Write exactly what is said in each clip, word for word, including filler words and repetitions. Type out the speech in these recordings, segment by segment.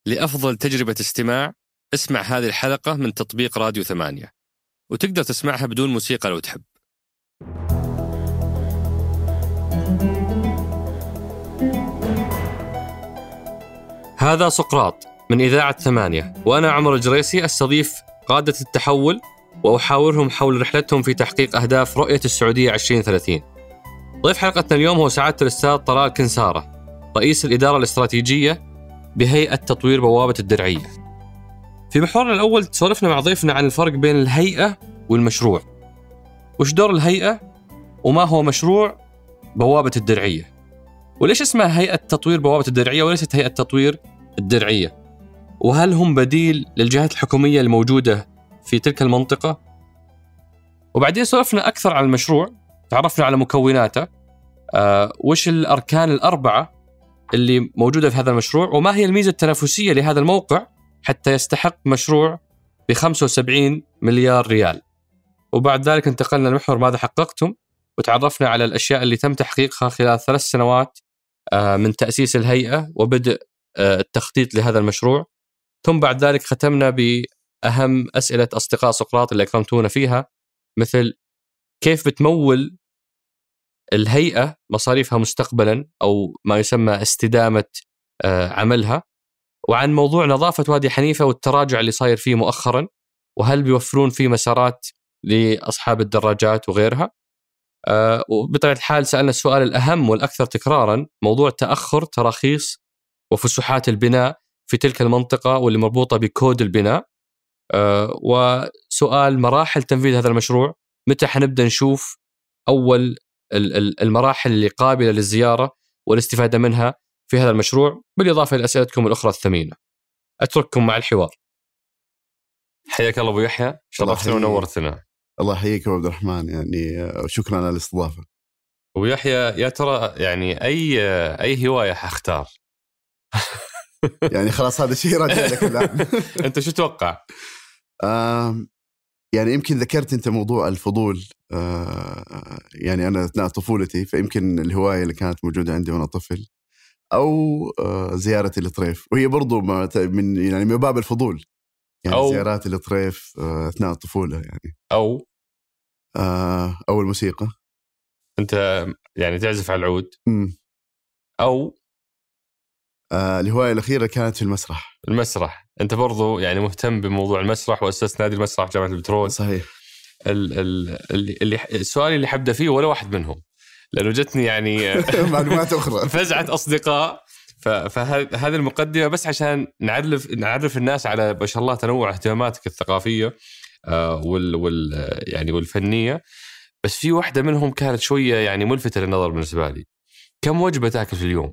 لأفضل تجربة استماع اسمع هذه الحلقة من تطبيق راديو ثمانية، وتقدر تسمعها بدون موسيقى لو تحب. هذا سقراط من إذاعة ثمانية، وأنا عمر الجريسي أستضيف قادة التحول وأحاورهم حول رحلتهم في تحقيق أهداف رؤية السعودية عشرين ثلاثين. ضيف حلقتنا اليوم هو سعادة الأستاذ طلال كنسارة، رئيس الإدارة الاستراتيجية بهيئة تطوير بوابة الدرعية. في محورنا الأول تسولفنا مع ضيفنا عن الفرق بين الهيئة والمشروع، وش دور الهيئة وما هو مشروع بوابة الدرعية، وليش اسمها هيئة تطوير بوابة الدرعية وليست هيئة تطوير الدرعية، وهل هم بديل للجهات الحكومية الموجودة في تلك المنطقة. وبعدين سولفنا أكثر عن المشروع، تعرفنا على مكوناته، آه، وش الأركان الأربعة اللي موجودة في هذا المشروع، وما هي الميزة التنافسية لهذا الموقع حتى يستحق مشروع ب خمسة وسبعين مليار ريال. وبعد ذلك انتقلنا لمحور ماذا حققتم، وتعرفنا على الأشياء اللي تم تحقيقها خلال ثلاث سنوات من تأسيس الهيئة وبدء التخطيط لهذا المشروع. ثم بعد ذلك ختمنا بأهم أسئلة أصدقاء سقراط اللي أكرمتونا فيها، مثل كيف بتمول الهيئة مصاريفها مستقبلا أو ما يسمى استدامة عملها، وعن موضوع نظافة وادي حنيفة والتراجع اللي صاير فيه مؤخرا، وهل بيوفرون فيه مسارات لأصحاب الدراجات وغيرها. أه وبطبيعة الحال سألنا السؤال الأهم والأكثر تكرارا، موضوع تأخر تراخيص وفسحات البناء في تلك المنطقة واللي مربوطة بكود البناء. أه وسؤال مراحل تنفيذ هذا المشروع، متى حنبدأ نشوف أول المراحل اللي قابلة للزيارة والاستفادة منها في هذا المشروع، بالإضافة إلى أسئلتكم الأخرى الثمينة. أترككم مع الحوار. حياك الله أبو يحيى، شرفتنا ونورتنا. الله يحييك أبو عبد الرحمن، يعني شكرا على الاستضافة. أبو يحيى، يا ترى يعني أي أي هواية حختار؟ يعني خلاص هذا شيء راجع لك الآن. أنت شو تتوقع؟ آه يعني يمكن ذكرت أنت موضوع الفضول. آه يعني أنا أثناء طفولتي فيمكن الهواية اللي كانت موجودة عندي وأنا طفل، أو آه زيارة الطريف، وهي برضو من يعني من باب الفضول، يعني أو زيارات الطريف آه أثناء الطفولة يعني، أو آه أو الموسيقى. أنت يعني تعزف على العود. م. أو آه الهواية الأخيرة كانت في المسرح. المسرح، أنت برضو يعني مهتم بموضوع المسرح، وأسست نادي المسرح جامعة البترول. صحيح. ال ال اللي السؤال اللي حبدأ فيه ولا واحد منهم، لأنه جتني يعني معلومات أخرى فزعة أصدقاء، فهذه المقدمة بس عشان نعرف نعرف الناس على ما شاء الله تنوع اهتماماتك الثقافية وال وال يعني والفنية. بس في واحدة منهم كانت شوية يعني ملفتة للنظر بالنسبة لي، كم وجبة تأكل في اليوم؟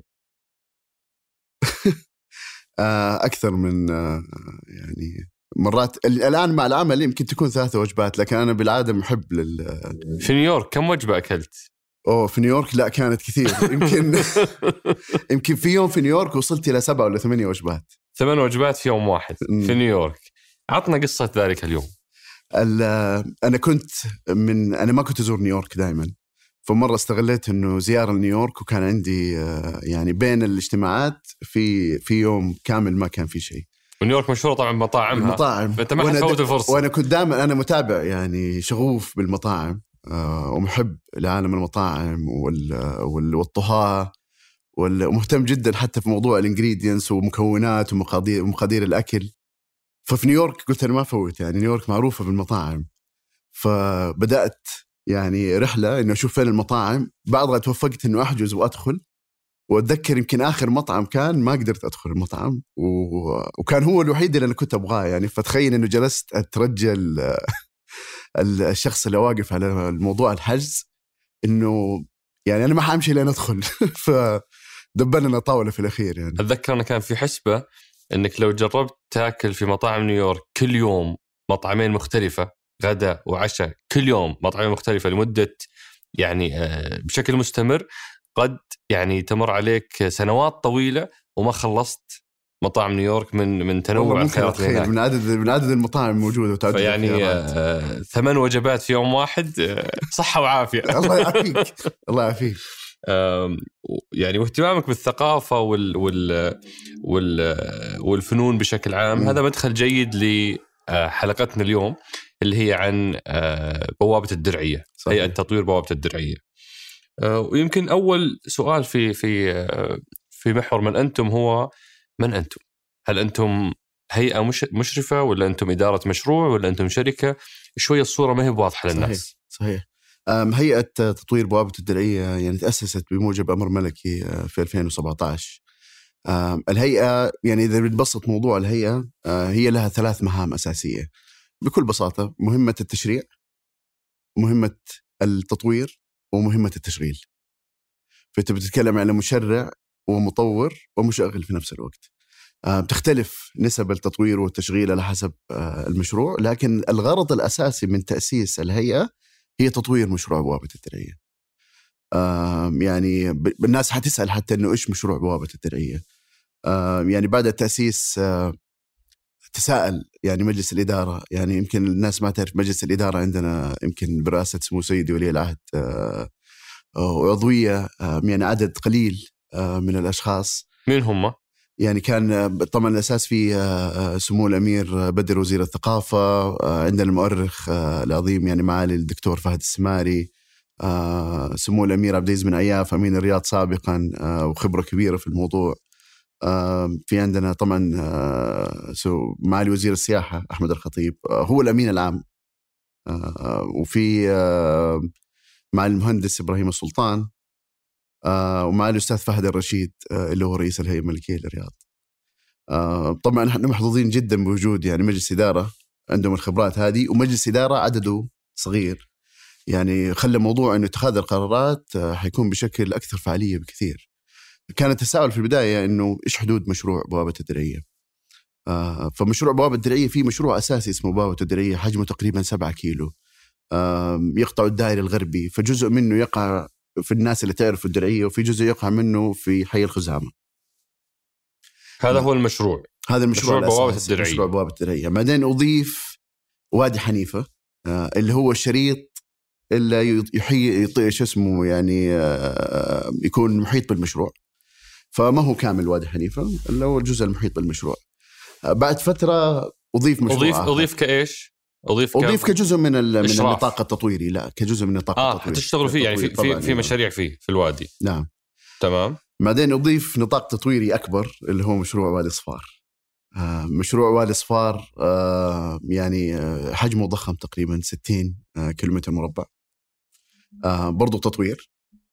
أكثر من يعني مرات الآن مع العمل يمكن تكون ثلاثة وجبات، لكن أنا بالعادة محب لل. في نيويورك كم وجبة أكلت؟ أوه في نيويورك لا كانت كثير. يمكن يمكن في يوم في نيويورك وصلت إلى سبعة ولا ثمانية وجبات. ثمان وجبات في يوم واحد في نيويورك. عطنا قصة ذلك اليوم. أنا كنت من أنا ما كنت أزور نيويورك دائما، فمرة استغليت إنه زيارة لنيويورك، وكان عندي يعني بين الاجتماعات في في يوم كامل ما كان في شيء. ونيويورك مشهورة طبعا بمطاعمها، المطاعم، فأنت ما حتفوت الفرصة. وأنا كنت دائما أنا متابع يعني شغوف بالمطاعم، ومحب لعالم المطاعم والطهاة، ومهتم جدا حتى في موضوع الانجريدينتس ومكونات ومقادير ومقادير الأكل. ففي نيويورك قلت أنا ما فوت، يعني نيويورك معروفة بالمطاعم، فبدأت يعني رحلة إنه أشوف فين المطاعم. بعدها توفقت إنه أحجز وأدخل، وأتذكر يمكن آخر مطعم كان ما قدرت أدخل المطعم، و... وكان هو الوحيد اللي أنا كنت أبغاه يعني. فتخيل إنه جلست أترجى الشخص اللي واقف على الموضوع الحجز إنه يعني أنا ما حامشي لين أدخل. فدبلنا طاولة في الأخير يعني. أتذكر أنا كان في حسبة إنك لو جربت تاكل في مطاعم نيويورك كل يوم مطعمين مختلفة، غدا وعشاء كل يوم مطعمين مختلفة لمدة يعني بشكل مستمر، قد يعني تمر عليك سنوات طويلة وما خلصت مطاعم نيويورك من من تنوع الخيارات من عدد من عدد المطاعم الموجودة وتعدد يعني آه ثمان وجبات في يوم واحد. آه صحة وعافية. الله يعافيك الله يعافيك. يعني واهتمامك بالثقافة وال وال وال والفنون بشكل عام. م. هذا مدخل جيد لحلقتنا اليوم اللي هي عن بوابة الدرعية. هيئة تطوير بوابة الدرعية. ويمكن أول سؤال في في في محور من أنتم هو من أنتم؟ هل أنتم هيئة مش مشرفة ولا أنتم إدارة مشروع ولا أنتم شركة؟ شوية الصورة ما هي واضحة للناس. صحيح. هيئة تطوير بوابة الدرعية يعني تأسست بموجب أمر ملكي في ألفين وسبعة عشر. الهيئة يعني إذا بنبسط موضوع الهيئة هي لها ثلاث مهام أساسية بكل بساطة: مهمة التشريع، مهمة التطوير، ومهمة التشغيل. فأنت بتتكلم على مشرع ومطور ومشغل في نفس الوقت. بتختلف نسب التطوير والتشغيل على حسب المشروع، لكن الغرض الأساسي من تأسيس الهيئة هي تطوير مشروع بوابة الدرعية. يعني الناس حتسأل حتى إنه إيش مشروع بوابة الدرعية. يعني بعد التأسيس تساءل يعني مجلس الإدارة، يعني يمكن الناس ما تعرف مجلس الإدارة عندنا يمكن برئاسة سمو سيدي ولي العهد وعضوية يعني عدد قليل من الأشخاص. مين هم؟ يعني كان طبعا الأساس في سمو الأمير بدر وزير الثقافة، عندنا المؤرخ العظيم يعني معالي الدكتور فهد السماري، سمو الأمير عبد العزيز بن عياف أمين الرياض سابقا وخبرة كبيرة في الموضوع. في عندنا طبعا معالي وزير السياحة أحمد الخطيب هو الأمين العام، وفي معالي المهندس إبراهيم السلطان، ومعالي الأستاذ فهد الرشيد اللي هو رئيس الهيئة الملكية للرياض. طبعا نحن محظوظين جدا بوجود يعني مجلس إدارة عندهم الخبرات هذه، ومجلس إدارة عدده صغير يعني خلى موضوع أنه اتخاذ القرارات حيكون بشكل أكثر فعالية بكثير. كان التساؤل في البداية أنه إيش حدود مشروع بوابة الدرعية. فمشروع بوابة الدرعية فيه مشروع أساسي اسمه بوابة الدرعية حجمه تقريبا سبعة كيلو، يقطع الدائري الغربي، فجزء منه يقع في الناس اللي تعرف الدرعية وفي جزء يقع منه في حي الخزامة. هذا هو المشروع. هذا المشروع مشروع بوابة الدرعية. مشروع بوابة الدرعية. بعدين أضيف وادي حنيفة اللي هو الشريط اللي يحيي شو اسمه يعني يكون محيط بالمشروع، فما هو كامل وادي حنيفة اللي هو الجزء المحيط بالمشروع. بعد فترة أضيف مشروع أضيف آخر. أضيف كإيش؟ أضيف أضيف كجزء من من النطاق التطويري. لا كجزء من النطاق آه التطويري. هتشتغلوا فيه يعني في في, في مشاريع فيه في الوادي. نعم تمام. بعدين أضيف نطاق تطويري أكبر اللي هو مشروع وادي صفار. آه مشروع وادي صفار آه يعني آه حجمه ضخم تقريبا ستين آه كيلومتر مربع. آه برضو تطوير.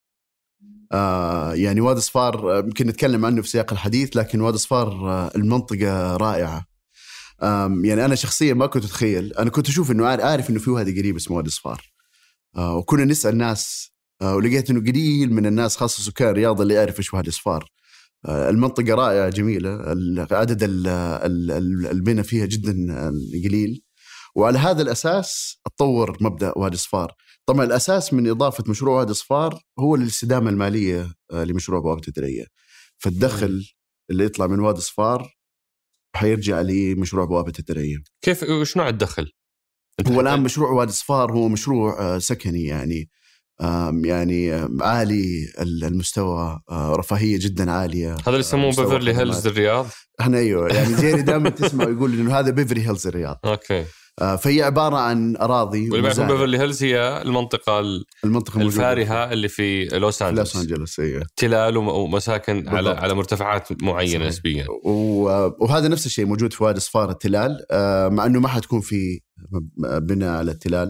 آه يعني وادي صفار يمكن نتكلم عنه في سياق الحديث، لكن وادي صفار آه المنطقة رائعة. يعني أنا شخصيا ما كنت أتخيل، أنا كنت أشوف إنه عارف إنه في وادي قريب اسمه وادي صفار، آه وكنا نسأل ناس آه ولقيت إنه قليل من الناس خاصة سكان الرياض اللي يعرف إيش وادي صفار. آه المنطقة رائعة جميلة، عدد البنى فيها جدا قليل، وعلى هذا الأساس أتطور مبدأ وادي صفار. طبعا الأساس من إضافة مشروع وادي صفار هو الاستدامة المالية آه لمشروع بوابة الدرعية، فالدخل اللي يطلع من وادي صفار حيرجع لمشروع بوابة الدرعية. كيف وش نوع الدخل؟ هو الآن مشروع وادي صفار هو مشروع سكني يعني يعني عالي المستوى، رفاهية جدا عالية. هذا اللي يسموه بيفرلي هيلز الرياض. احنا ايوه يعني جيري دائما تسمع يقول انه هذا بيفرلي هيلز الرياض. اوكي. فهي عبارة عن أراضي. واللي يعرفون بيفرلي هيلز هي المنطقة المنطقة الفارهة اللي في لوس أنجلوس. لوس أنجلوس أيه. تلال ومساكن على على مرتفعات معينة نسبيا. وهذا نفس الشيء موجود في وادي صفار التلال، مع أنه ما حتكون في بناء على التلال،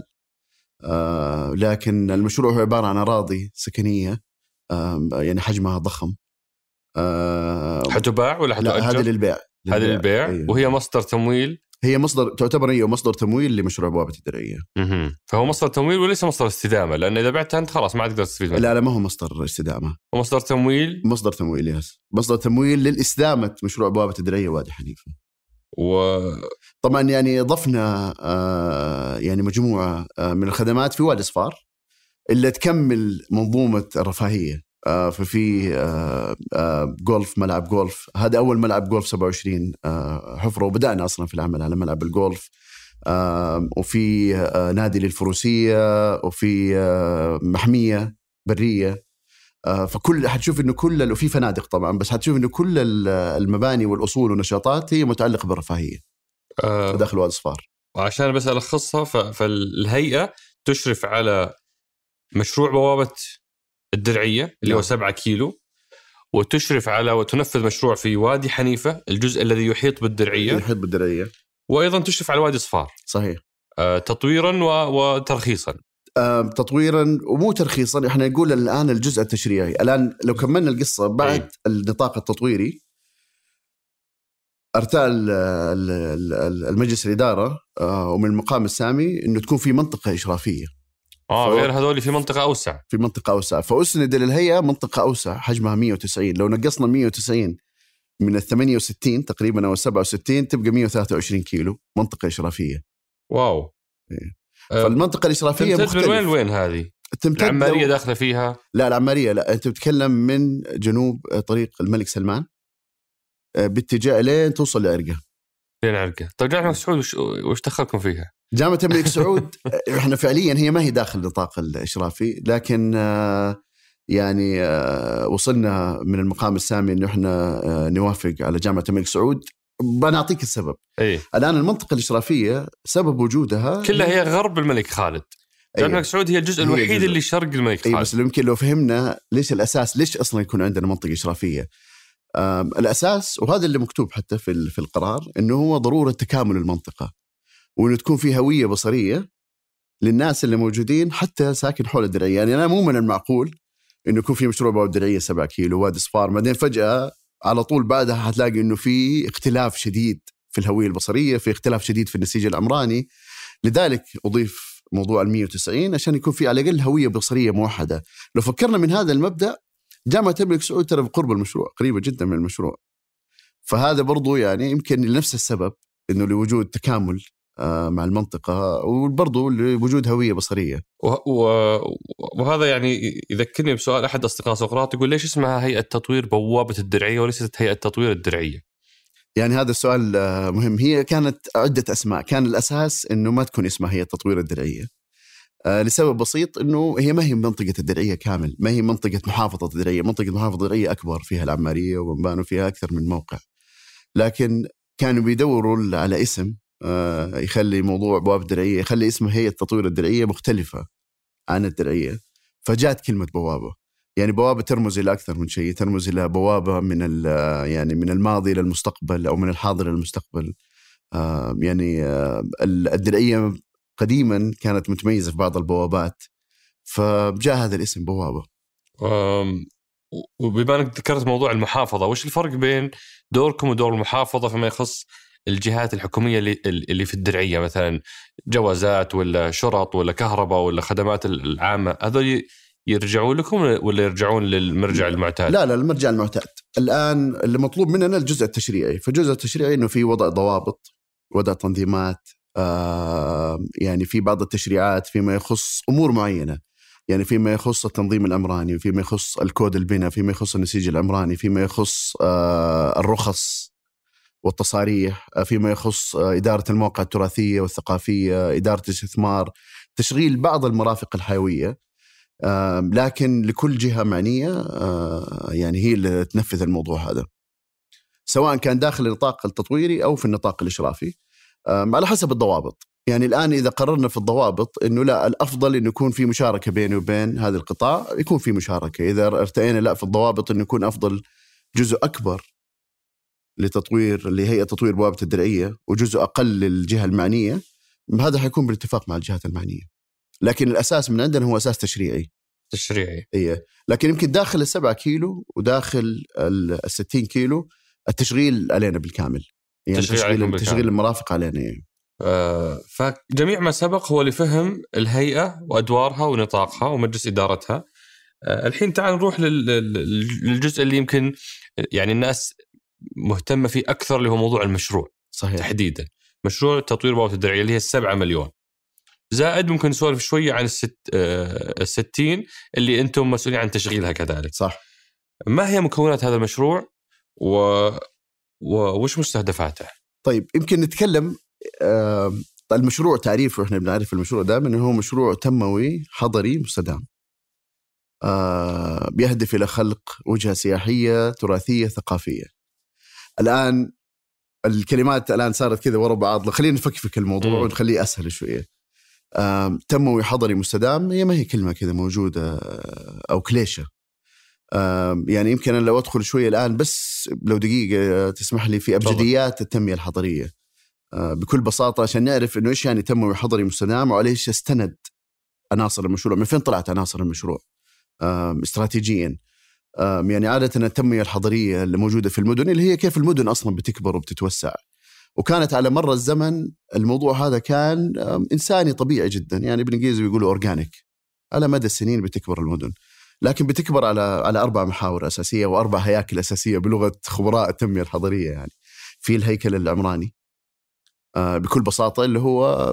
لكن المشروع هو عبارة عن أراضي سكنية يعني حجمها ضخم. حتباع ولا حتؤجر؟ هذا للبيع. هذا للبيع. أيه. وهي مصدر تمويل. هي مصدر تعتبر هي مصدر تمويل لمشروع بوابة الدرعية. اها فهو مصدر تمويل وليس مصدر استدامة، لأن إذا بعتها أنت خلاص ما عاد تقدر تستفيد منه. لا لا ما هو مصدر استدامة، هو مصدر تمويل. مصدر تمويل ياس مصدر تمويل للاستدامة مشروع بوابة الدرعية وادي حنيفة. وطبعا يعني ضفنا آه يعني مجموعة آه من الخدمات في وادي صفار اللي تكمل منظومة الرفاهية. آه ففي آه آه جولف، ملعب جولف، هذا أول ملعب جولف سبعة وعشرين آه حفرة، وبدأنا أصلا في العمل على ملعب الجولف. آه وفي آه نادي للفروسية، وفي آه محمية برية. فكل حتشوف إنه كل وفي فنادق طبعا، بس حتشوف إنه كل المباني والأصول والنشاطات هي متعلقة بالرفاهية آه داخل وادي صفار. وعشان بس ألخصها، فالهيئة تشرف على مشروع بوابة الدرعية اللي هو سبعة كيلو، وتشرف على وتنفذ مشروع في وادي حنيفة الجزء الذي يحيط بالدرعية يحيط بالدرعية وأيضا تشرف على وادي صفار. صحيح. آه تطويرا وترخيصا. آه تطويرا ومو ترخيصا. احنا نقول الآن الجزء التشريعي. الآن لو كملنا القصة بعد أي. النطاق التطويري ارتأى المجلس الإدارة آه ومن المقام السامي إنه تكون في منطقة إشرافية. آه غير هذول في منطقة أوسع. في منطقة أوسع، فأسند للهيئة منطقة أوسع حجمها مية وتسعين. لو نقصنا مية وتسعين من الثمانية وستين تقريبا أو السبعة وستين تبقى مية وثلاثة وعشرين كيلو منطقة إشرافية. واو. إيه. فالمنطقة الإشرافية مختلفة. وين وين هذه؟ العمارية داخلة فيها؟ لا العمارية لا، أنت بتتكلم من جنوب طريق الملك سلمان باتجاه لين توصل لعرقة. لين عرقة. طيب جامعة الملك سعود وش, وش دخلكم فيها؟ جامعة الملك سعود إحنا فعليا هي ما هي داخل النطاق الإشرافي، لكن يعني وصلنا من المقام السامي إنه إحنا نوافق على جامعة الملك سعود. بنعطيك السبب. إيه؟ الآن المنطقة الإشرافية سبب وجودها كلها هي غرب الملك خالد. جامعة الملك سعود هي الجزء الوحيد الجزء. اللي شرق الملك خالد. أي بس يمكن لو فهمنا ليش الأساس، ليش أصلا يكون عندنا منطقة إشرافية. الأساس وهذا اللي مكتوب حتى في في القرار إنه هو ضرورة تكامل المنطقة، وإنه تكون في هوية بصرية للناس اللي موجودين حتى ساكن حول الدرعية. يعني أنا مو من المعقول إنه يكون في مشروع بوابة الدرعية سبعة كيلو وادي صفار بعدين فجأة على طول بعدها حتلاقي إنه في اختلاف شديد في الهوية البصرية، في اختلاف شديد في النسيج العمراني. لذلك أضيف موضوع المية وتسعين عشان يكون في على الأقل هوية بصرية موحدة. لو فكرنا من هذا المبدأ جامعة الملك سعود ترى بقرب المشروع، قريبة جدا من المشروع. فهذا برضو يعني يمكن لنفس السبب إنه لوجود تكامل مع المنطقة وبرضو لوجود هوية بصرية. وهذا يعني يذكرني بسؤال أحد أصدقاء سقراط يقول ليش اسمها هيئة تطوير بوابة الدرعية وليست هيئة تطوير الدرعية؟ يعني هذا السؤال مهم. هي كانت عدة أسماء، كان الأساس إنه ما تكون اسمها هيئة تطوير الدرعية لسبب بسيط إنه هي ما هي منطقة الدرعية كامل، ما هي منطقة محافظة الدرعية. منطقة محافظة الدرعية أكبر، فيها العمارية ومبانوا فيها أكثر من موقع، لكن كانوا بيدوروا على اسم يخلي موضوع بوابة الدرعية، يخلي اسم هيئة تطوير الدرعية مختلفة عن الدرعية، فجاءت كلمة بوابة. يعني بوابة ترمز إلى أكثر من شيء، ترمز إلى بوابة من يعني من الماضي للمستقبل أو من الحاضر للمستقبل. يعني الدرعية قديما كانت متميزة في بعض البوابات، فجاء هذا الاسم بوابة. وبما أنك ذكرت موضوع المحافظة، وش الفرق بين دوركم ودور المحافظة فيما يخص الجهات الحكومية اللي اللي في الدرعية، مثلا جوازات ولا شرط ولا كهرباء ولا خدمات العامة، هذول يرجعون لكم ولا يرجعون للمرجع المعتاد؟ لا لا المرجع المعتاد. الآن اللي مطلوب مننا الجزء التشريعي، فالجزء التشريعي إنه في وضع ضوابط، وضع تنظيمات، آه يعني في بعض التشريعات فيما يخص أمور معينة، يعني فيما يخص التنظيم العمراني، فيما يخص الكود البناء، فيما يخص النسيج العمراني، فيما يخص آه الرخص والتصاريح، فيما يخص إدارة المواقع التراثية والثقافية، إدارة الاستثمار، تشغيل بعض المرافق الحيوية. لكن لكل جهة معنية يعني هي اللي تنفذ الموضوع هذا، سواء كان داخل النطاق التطويري أو في النطاق الإشرافي على حسب الضوابط. يعني الآن إذا قررنا في الضوابط إنه لا الأفضل إنه يكون في مشاركة بيني وبين هذا القطاع، يكون في مشاركة. إذا ارتئينا لا في الضوابط إنه يكون أفضل جزء أكبر لتطوير لهيئة تطوير بوابة الدرعية وجزء أقل للجهة المعنية، هذا حيكون بالاتفاق مع الجهات المعنية. لكن الأساس من عندنا هو أساس تشريعي. تشريعي إيه. لكن يمكن داخل السبعة كيلو وداخل الستين كيلو التشغيل علينا بالكامل، يعني تشغيل, تشغيل المرافق علينا يعني. آه فجميع ما سبق هو لفهم الهيئة وأدوارها ونطاقها ومجلس إدارتها. آه الحين تعال نروح للجزء اللي يمكن يعني الناس مهتمة فيه أكثر، اللي هو موضوع المشروع. صحيح. تحديدا مشروع تطوير بوابة الدرعية اللي هي السبعة مليون، زائد ممكن نسولف شوية عن الست آه الستين اللي أنتم مسؤولين عن تشغيلها كذلك. صح. ما هي مكونات هذا المشروع و... ووش مستهدفاته؟ طيب يمكن نتكلم آه المشروع تعريفه، إحنا بنعرف المشروع دائما إنه هو مشروع تنموي حضري مستدام. بيهدف إلى خلق وجهة سياحية تراثية ثقافية. الآن الكلمات الآن صارت كذا ورا بعض، خلينا نفكفك الموضوع ونخليه أسهل شوية. تنموي حضري مستدام هي ما هي كلمة كذا موجودة أو كليشة. يعني يمكن أنا لو أدخل شوية الآن بس لو دقيقة تسمح لي في أبجديات التنمية الحضرية بكل بساطة عشان نعرف إنه إيش يعني تنموي حضري مستدام وعليه إيش استند عناصر المشروع، من فين طلعت عناصر المشروع استراتيجيا. يعني عادة التنمية الحضرية اللي موجودة في المدن اللي هي كيف المدن أصلا بتكبر وبتتوسع، وكانت على مر الزمن الموضوع هذا كان إنساني طبيعي جدا، يعني بالإنجليزي بيقولوا أورجانيك. على مدى السنين بتكبر المدن، لكن بتكبر على على أربع محاور أساسية وأربع هياكل أساسية بلغة خبراء التنمية الحضرية. يعني في الهيكل العمراني بكل بساطة اللي هو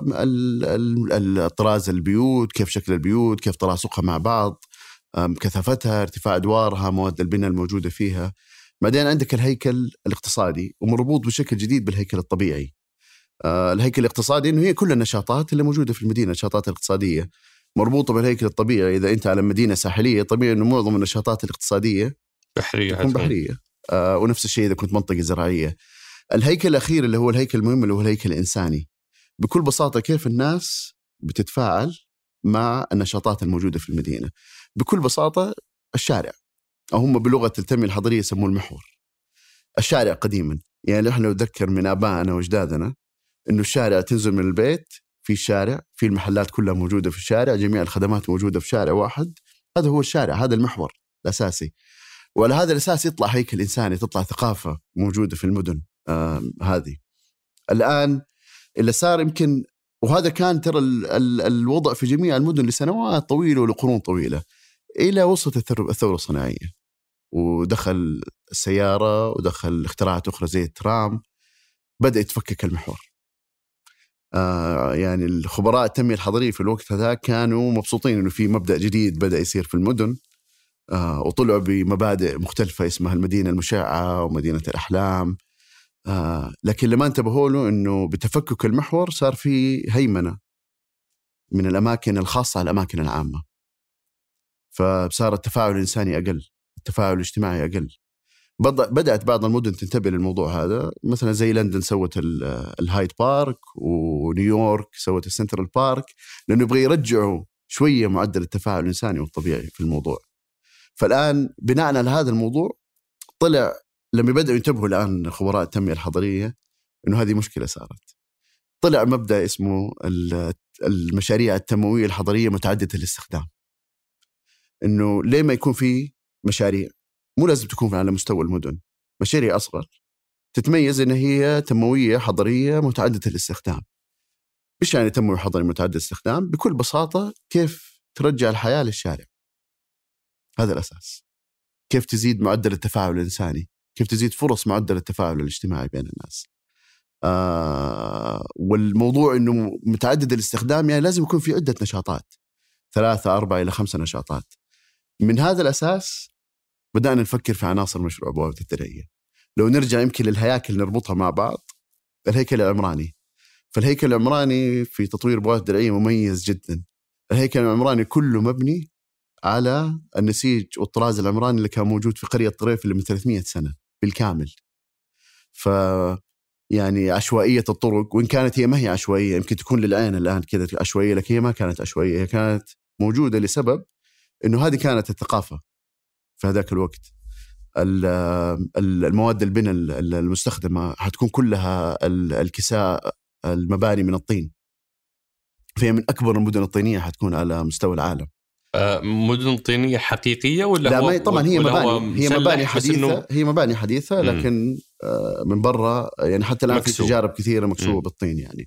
الطراز البيوت، كيف شكل البيوت، كيف تلاصقها مع بعض، كثافتها، ارتفاع أدوارها، مواد البناء الموجودة فيها. بعدين عندك الهيكل الاقتصادي ومربوط بشكل جديد بالهيكل الطبيعي. الهيكل الاقتصادي إنه هي كل النشاطات اللي موجودة في المدينة، النشاطات الاقتصادية مربوطة بالهيكل الطبيعي. إذا أنت على مدينة ساحلية طبيعي إنه معظم النشاطات الاقتصادية بحرية تكون بحرية. آه ونفس الشيء إذا كنت منطقة زراعية. الهيكل الأخير اللي هو الهيكل المهم اللي هو الهيكل الإنساني، بكل بساطة كيف الناس بتتفاعل مع النشاطات الموجودة في المدينة. بكل بساطة الشارع، أو هم بلغة التنمية الحضرية يسموه المحور. الشارع قديما يعني إحنا نذكر من آبائنا وأجدادنا إنه الشارع تنزل من البيت في الشارع، في المحلات كلها موجودة في الشارع، جميع الخدمات موجودة في شارع واحد. هذا هو الشارع، هذا المحور الأساسي. وعلى هذا الأساس يطلع هيكل إنساني، تطلع ثقافة موجودة في المدن آه هذه. الآن اللي صار يمكن، وهذا كان ترى ال ال الوضع في جميع المدن لسنوات طويلة ولقرون طويلة، إلى وصلت الثورة الصناعية ودخل السيارة ودخل اختراعات أخرى زي الترام، بدأ يتفكك المحور. آه يعني الخبراء التنمية الحضرية في الوقت هذا كانوا مبسوطين إنه في مبدأ جديد بدأ يصير في المدن، آه وطلعوا بمبادئ مختلفة اسمها المدينة المشعة ومدينة الأحلام. آه لكن لما انتبهوا له إنه بتفكك المحور صار في هيمنة من الأماكن الخاصة على الأماكن العامة، فصار التفاعل الإنساني أقل، التفاعل الاجتماعي أقل. بدأت بعض المدن تنتبه للموضوع هذا، مثلا زي لندن سوت الهايد بارك، ونيويورك سوت السنترال بارك، لأنه يبغى يرجعوا شوية معدل التفاعل الإنساني والطبيعي في الموضوع. فالآن بناء على هذا الموضوع طلع لما بدأوا ينتبهوا الآن خبراء التنمية الحضرية إنه هذه مشكلة صارت، طلع مبدأ اسمه المشاريع التنموية الحضرية متعددة الاستخدام. إنه ليه ما يكون في مشاريع مو لازم تكون على مستوى المدن، مشاريع أصغر تتميز إن هي تنموية حضرية متعددة الاستخدام. إيش يعني تنموي حضري متعدد الاستخدام؟ بكل بساطة كيف ترجع الحياة للشارع، هذا الأساس. كيف تزيد معدل التفاعل الإنساني، كيف تزيد فرص معدل التفاعل الاجتماعي بين الناس. آه والموضوع إنه متعدد الاستخدام يعني لازم يكون في عدة نشاطات، ثلاثة أربعة إلى خمسة نشاطات. من هذا الأساس بدأنا نفكر في عناصر مشروع بوابة الدرعية. لو نرجع يمكن للهياكل نربطها مع بعض، الهيكل العمراني. فالهيكل العمراني في تطوير بوابة الدرعية مميز جدا. الهيكل العمراني كله مبني على النسيج والطراز العمراني اللي كان موجود في قرية طريف اللي من ثلاثمئة سنة بالكامل. ف يعني عشوائية الطرق، وإن كانت هي ما هي عشوائية، يمكن تكون للعين الآن كذا عشوائية، لكن هي ما كانت عشوائية، هي كانت موجودة لسبب إنه هذه كانت الثقافة في هذاك الوقت. المواد البناء المستخدمة هتكون كلها الكساء المباني من الطين، فهي من أكبر المدن الطينية هتكون على مستوى العالم. مدن طينية حقيقية ولا لا؟ هو طبعا هي مباني، هي مباني حديثة، إنه... هي مباني حديثة لكن من برا يعني حتى الآن في تجارب كثيرة مكسوة بالطين. يعني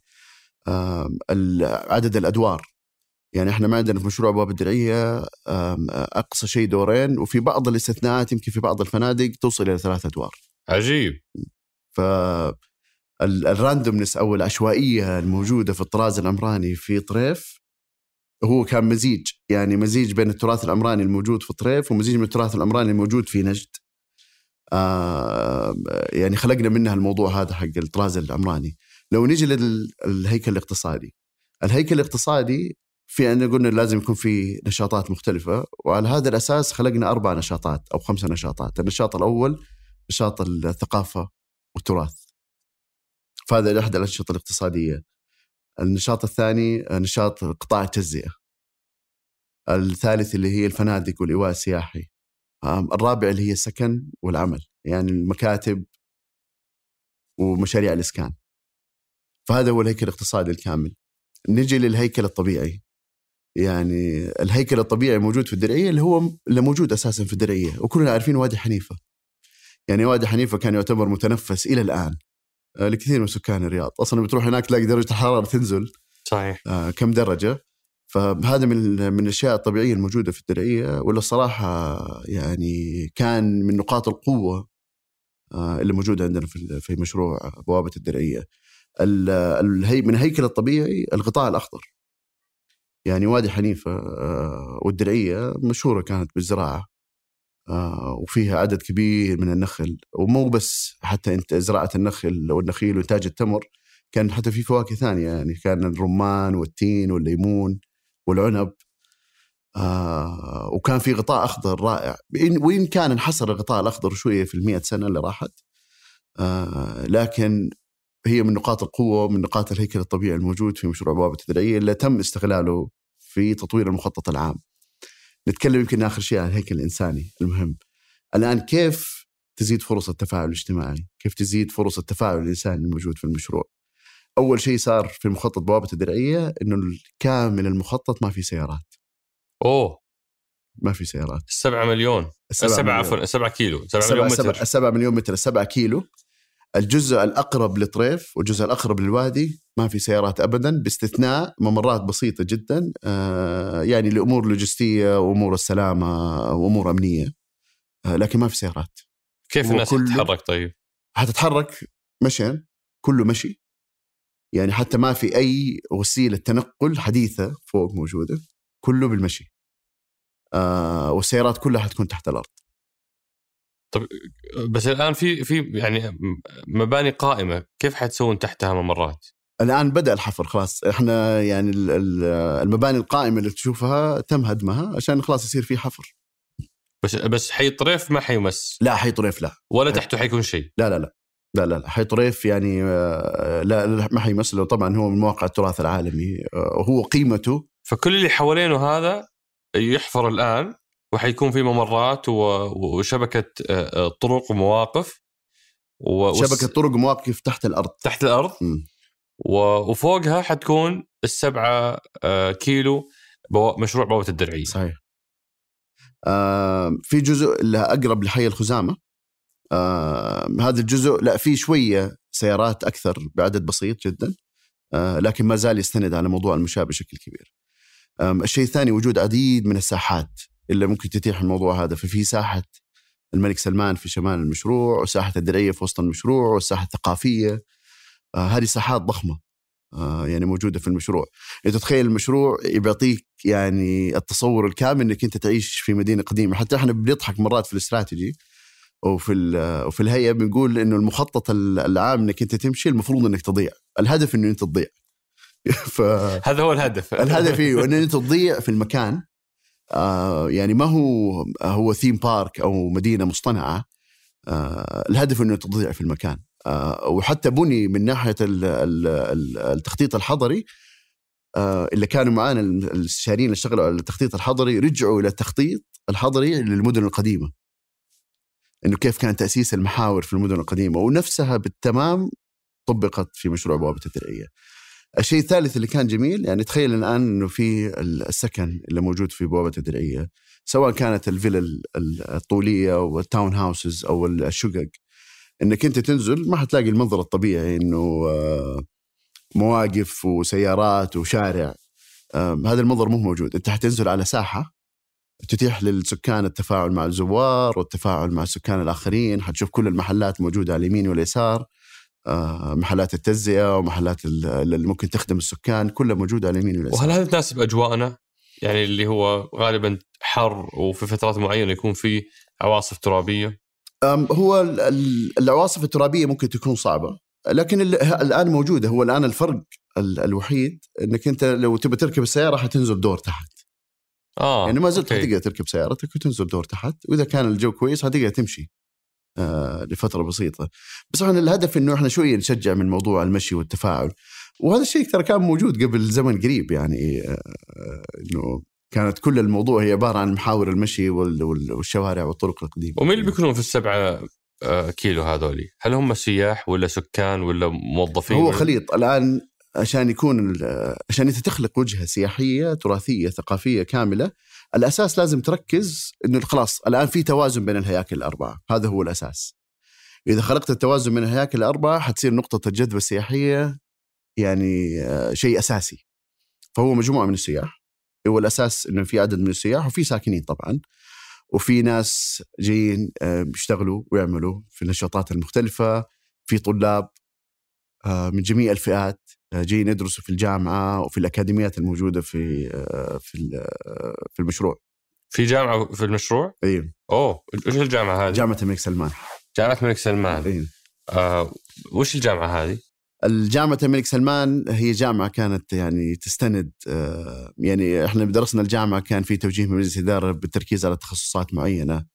عدد الأدوار، يعني احنا ما عندنا في مشروع بوابة الدرعية أقصى شيء دورين، وفي بعض الاستثناءات يمكن في بعض الفنادق توصل إلى ثلاثة أدوار. عجيب. فالراندومنس أو العشوائية الموجودة في الطراز العمراني في طريف هو كان مزيج، يعني مزيج بين التراث العمراني الموجود في طريف ومزيج من التراث العمراني الموجود في نجد. آه يعني خلقنا منها الموضوع هذا حق الطراز العمراني. لو نيجي للهيكل الاقتصادي، الهيكل الاقتصادي في أن قلنا لازم يكون في نشاطات مختلفة، وعلى هذا الأساس خلقنا أربع نشاطات أو خمسة نشاطات. النشاط الأول نشاط الثقافة والتراث، فهذا أحد الأنشطة الاقتصادية. النشاط الثاني نشاط قطاع التجزئة. الثالث اللي هي الفنادق والإيواء السياحي. الرابع اللي هي السكن والعمل، يعني المكاتب ومشاريع الإسكان. فهذا هو الهيكل الاقتصادي الكامل. نجي للهيكل الطبيعي. يعني الهيكل الطبيعي موجود في الدرعية اللي هو اللي موجود أساسا في الدرعية، وكلنا عارفين وادي حنيفة. يعني وادي حنيفة كان يعتبر متنفس إلى الآن لكثير من سكان الرياض. أصلا بتروح هناك تلاقي درجة الحرارة تنزل صحيح آه كم درجة. فهذا من من الأشياء الطبيعية الموجودة في الدرعية، ولا الصراحة يعني كان من نقاط القوة آه اللي موجودة عندنا في في مشروع بوابة الدرعية. الهي من الهيكل الطبيعي القطاع الأخضر. يعني وادي حنيفة آه والدرعية مشهورة كانت بالزراعة آه وفيها عدد كبير من النخل، ومو بس حتى انت زراعة النخل والنخيل وإنتاج التمر، كان حتى في فواكه ثانية. يعني كان الرمان والتين والليمون والعنب آه وكان في غطاء أخضر رائع. وإن كان انحصر الغطاء الأخضر شوية في المئة سنة اللي راحت آه لكن هي من نقاط القوة ومن نقاط الهيكل الطبيعي الموجود في مشروع بوابة الدرعية اللي تم استغلاله في تطوير المخطط العام. نتكلم يمكن آخر شيء عن الهيكل الإنساني المهم. الآن كيف تزيد فرص التفاعل الاجتماعي، كيف تزيد فرص التفاعل الإنساني الموجود في المشروع. أول شيء صار في مخطط بوابة الدرعية إنه كامل المخطط ما في سيارات. أوه ما في سيارات. السبعة مليون السبعة عفوا السبعة كيلو سبعة مليون متر السبعة مليون متر السبعة كيلو. الجزء الأقرب للطريف والجزء الأقرب للوادي ما في سيارات أبدا، باستثناء ممرات بسيطة جدا آه يعني لأمور لوجستية وأمور السلامة وأمور أمنية آه لكن ما في سيارات. كيف الناس تتحرك؟ طيب هتتحرك مشيا، كله مشي. يعني حتى ما في أي وسيلة تنقل حديثة فوق موجودة، كله بالمشي آه والسيارات كلها حتكون تحت الأرض. طب بس الآن في في يعني مباني قائمة، كيف حتسوون تحتها ممرات؟ الآن بدأ الحفر خلاص. إحنا يعني المباني القائمة اللي تشوفها تم هدمها عشان خلاص يصير فيه حفر. بس بس حي طريف ما حيمس؟ لا حي طريف لا، ولا تحته حيكون شيء؟ لا لا لا لا لا حي طريف يعني لا, لا ما حيمس له. طبعا هو من مواقع التراث العالمي وهو قيمته. فكل اللي حوالينه هذا يحفر الآن، وحيكون في ممرات وشبكة طرق ومواقف و... شبكة طرق ومواقف تحت الأرض. تحت الأرض م. وفوقها حتكون السبعة كيلو بو... مشروع بوابة الدرعية. صحيح. آه في جزء اللي أقرب لحي الخزامة آه هذا الجزء لا فيه شوية سيارات أكثر بعدد بسيط جدا آه لكن ما زال يستند على موضوع المشاة بشكل كبير. آه الشيء الثاني وجود عديد من الساحات اللي ممكن تتيح الموضوع هذا. ففي ساحة الملك سلمان في شمال المشروع، وساحة الدرعية في وسط المشروع، والساحة الثقافية آه هذه ساحات ضخمة آه يعني موجودة في المشروع. أنت تتخيل المشروع يعطيك يعني التصور الكامل أنك أنت تعيش في مدينة قديمة. حتى إحنا بنضحك مرات في الاستراتيجي وفي وفي الهيئة بنقول إنه المخطط العام أنك أنت تمشي المفروض أنك تضيع. الهدف إنه أنت تضيع. هذا هو الهدف. الهدف إيه إنه أنت تضيع في المكان. آه يعني ما هو هو ثيم بارك أو مدينة مصطنعة. آه الهدف إنه تضيع في المكان. آه وحتى بني من ناحية ال ال ال التخطيط الحضري آه اللي كانوا معانا الاستشاريين اللي اشتغلوا على التخطيط الحضري رجعوا إلى التخطيط الحضري للمدن القديمة، إنه كيف كان تأسيس المحاور في المدن القديمة، ونفسها بالتمام طبقت في مشروع بوابة الدرعية. الشيء الثالث اللي كان جميل يعني تخيل الآن إنه في السكن اللي موجود في بوابة الدرعية، سواء كانت الفيلا الطولية والتاون هاوسز أو الشقق، إنك أنت تنزل ما حتلاقي المنظر الطبيعي إنه مواقف وسيارات وشارع. هذا المنظر مو موجود. أنت حتنزل على ساحة تتيح للسكان التفاعل مع الزوار والتفاعل مع السكان الآخرين. حتشوف كل المحلات موجودة على اليمين واليسار، محلات التجزئة ومحلات اللي ممكن تخدم السكان كلها موجودة على اليمين واليسار. وهل هذا تناسب أجواءنا؟ يعني اللي هو غالبا حر وفي فترات معينة يكون فيه عواصف ترابية. هو العواصف الترابية ممكن تكون صعبة، لكن الآن موجودة. هو الآن الفرق ال- الوحيد انك انت لو تبي تركب السياره حتنزل دور تحت. اه يعني ما زلت أوكي. حتقدر تركب سيارتك وتنزل دور تحت، واذا كان الجو كويس حتقدر تمشي آه لفتره بسيطه. بس احنا الهدف انه احنا شويه نشجع من موضوع المشي والتفاعل، وهذا الشيء ترى كان موجود قبل زمن قريب. يعني آه انه كانت كل الموضوع هي عباره عن محاور المشي وال- وال- والشوارع والطرق القديمه. ومين اللي بيكونون في السبعة آه، كيلو هذولي؟ هل هم سياح ولا سكان ولا موظفين؟ هو ولا؟ خليط الآن عشان يكون ال- عشان أنت تخلق وجهة سياحية تراثية ثقافية كاملة. الأساس لازم تركز إنه خلاص الآن في توازن بين الهياكل الأربعة، هذا هو الأساس. إذا خلقت التوازن بين الهياكل الأربعة حتصير نقطة الجذب السياحية يعني آه، شيء أساسي. فهو مجموعة من السياح، هو الأساس إنه في عدد من السياح وفي ساكنين طبعاً، وفي ناس جايين آه، بيشتغلوا ويعملوا في النشاطات المختلفة، في طلاب من جميع الفئات جايين يدرسوا في الجامعة وفي الأكاديميات الموجودة في في في المشروع. في جامعة في المشروع؟ أيوة. أوه إيش الجامعة هذه؟ جامعة الملك سلمان. جامعة الملك سلمان. أيوة. آه وش الجامعة هذه؟ الجامعة الملك سلمان هي جامعة كانت يعني تستند آه يعني إحنا درسنا الجامعة كان في توجيه من مجلس الإدارة بالتركيز على تخصصات معينة.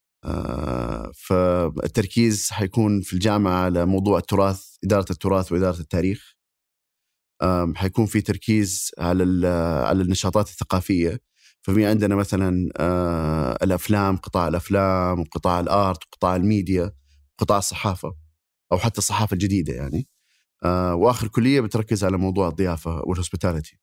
آه فالتركيز حيكون في الجامعة على موضوع التراث، إدارة التراث وإدارة التاريخ. آه حيكون في تركيز على على النشاطات الثقافية. ففي عندنا مثلا آه الأفلام، قطاع الأفلام وقطاع الآرت وقطاع الميديا وقطاع الصحافة أو حتى الصحافة الجديدة يعني. آه وآخر كلية بتركز على موضوع الضيافة والهوسبيتاليتي.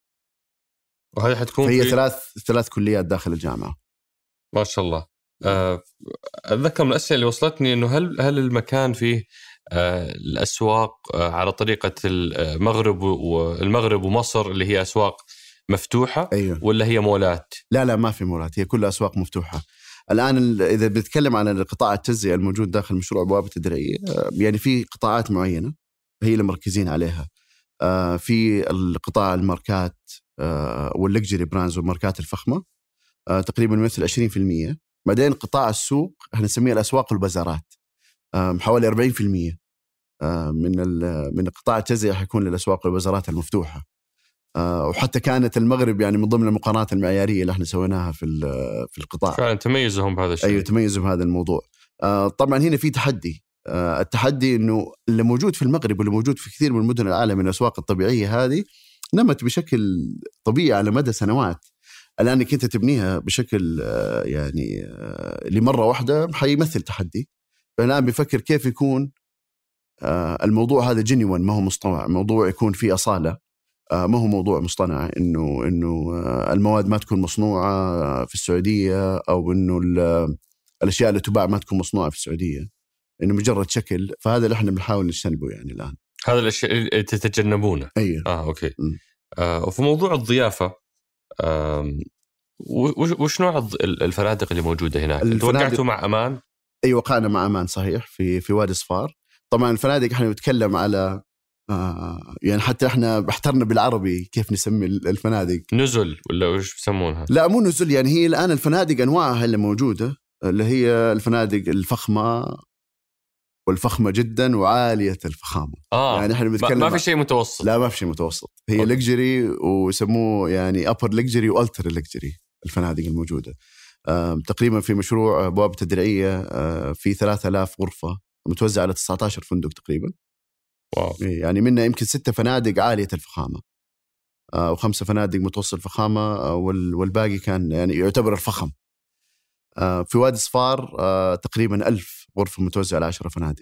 وهذه حتكون فهي في... ثلاث ثلاث كليات داخل الجامعة. ما شاء الله. آه أتذكر من الأسئلة اللي وصلتني إنه هل هل المكان فيه آه الأسواق آه على طريقة المغرب والمغرب ومصر اللي هي أسواق مفتوحة؟ أيوه. ولا هي مولات؟ لا لا ما في مولات، هي كلها أسواق مفتوحة. الآن إذا بتكلم عن القطاع التجزئة الموجود داخل مشروع بوابة الدرعية، يعني في قطاعات معينة هي اللي مركزين عليها. في القطاع الماركات واللكجري براندز والماركات الفخمة تقريبا مثل عشرين بالمئة. بعدين قطاع السوق احنا نسميه الأسواق والبازارات، حوالي أربعين بالمئة من من القطاع التجزئة حيكون للأسواق والبازارات المفتوحة. وحتى كانت المغرب يعني من ضمن المقارنات المعيارية اللي احنا سويناها في في القطاع. فعلا تميزهم بهذا الشيء. أيوة تميزهم بهذا الموضوع. طبعا هنا في تحدي. التحدي إنه اللي موجود في المغرب واللي موجود في كثير من مدن العالم من الأسواق الطبيعية هذه نمت بشكل طبيعي على مدى سنوات. الآن كنت تبنيها بشكل يعني لمرة واحدة حيمثل تحدي. فالآن بفكر كيف يكون الموضوع هذا جنوان، ما هو مصطنع، موضوع يكون فيه أصالة، ما هو موضوع مصطنع. إنه إنه المواد ما تكون مصنوعة في السعودية، أو إنه الأشياء اللي تباع ما تكون مصنوعة في السعودية، إنه مجرد شكل. فهذا اللي إحنا بنحاول نجتنبه يعني الآن. هذا الأشياء اللي تتجنبونه. أيه. آه أوكي. آه وفي موضوع الضيافة، آه وش وش نوع الفنادق اللي موجودة هناك؟ توقعتوا مع أمان؟ أي وقعنا مع أمان صحيح في في وادي صفار. طبعا الفنادق إحنا نتكلم على آه يعني حتى إحنا احترنا بالعربي كيف نسمي الفنادق. نزل ولا وش بسمونها؟ لا مو نزل، يعني هي الآن الفنادق أنواعها اللي موجودة اللي هي الفنادق الفخمة والفخمة جدا وعالية الفخامة. آه يعني إحنا بنتكلم ما في شيء متوسط. لا ما في شيء متوسط، هي لكجري ويسموه يعني upper لكجري والتر لكجري الفنادق الموجودة. تقريبا في مشروع بوابة الدرعية في ثلاثة آلاف غرفة متوزعة على تسعة عشر فندق تقريبا. واو. يعني منها يمكن ستة فنادق عالية الفخامة وخمسة فنادق متوسط الفخامة، والباقي كان يعني يعتبر الفخم. في وادي صفار تقريبا ألف غرفة متوزعة على عشرة فنادق.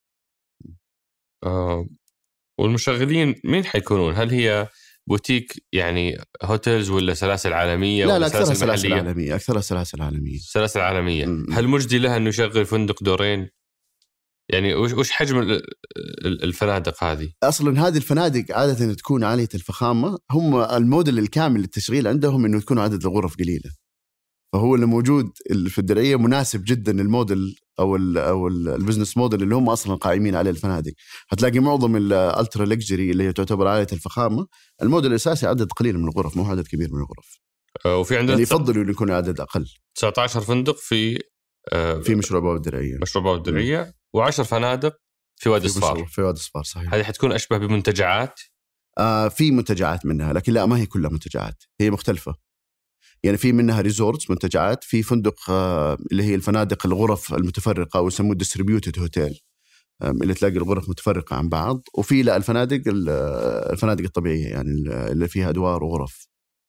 آه. والمشغلين مين حيكونون؟ هل هي بوتيك يعني هوتيلز ولا سلاسل عالمية؟ لا لا أكثرها سلاسل عالمية. أكثرها سلاسل عالمية. سلاسل عالمية. م- هل مجدي لها أنه يشغل فندق دورين؟ يعني وش وش حجم الفنادق هذه؟ أصلاً هذه الفنادق عادة تكون عالية الفخامة. هم الموديل الكامل للتشغيل عندهم إنه تكون عدد الغرف قليلة. فهو اللي موجود في الدرعية مناسب جدا الموديل أو ال أو البزنس موديل اللي هم أصلاً قائمين عليه الفنادق. هتلاقي معظم الألترا لكجري اللي هي تعتبر عالية الفخامة الموديل الأساسي عدد قليل من الغرف، مو عدد كبير من الغرف. آه وفي عندنا يعني يفضلوا يكون عدد أقل. تسعة عشر فندق في آه في مشروع بوابة الدرعية. مشروع بوابة الدرعية وعشر فنادق في وادي صفار. في وادي صفار صحيح. هذه حتكون أشبه بمنتجعات. آه في منتجعات منها، لكن لا ما هي كلها منتجعات، هي مختلفة. يعني في منها ريزورتس منتجعات، في فندق آه اللي هي الفنادق الغرف المتفرقة ويسموه ديستريبيوتد هوتيل اللي تلاقي الغرف متفرقة عن بعض، وفي لا الفنادق الفنادق الطبيعية يعني اللي فيها أدوار وغرف.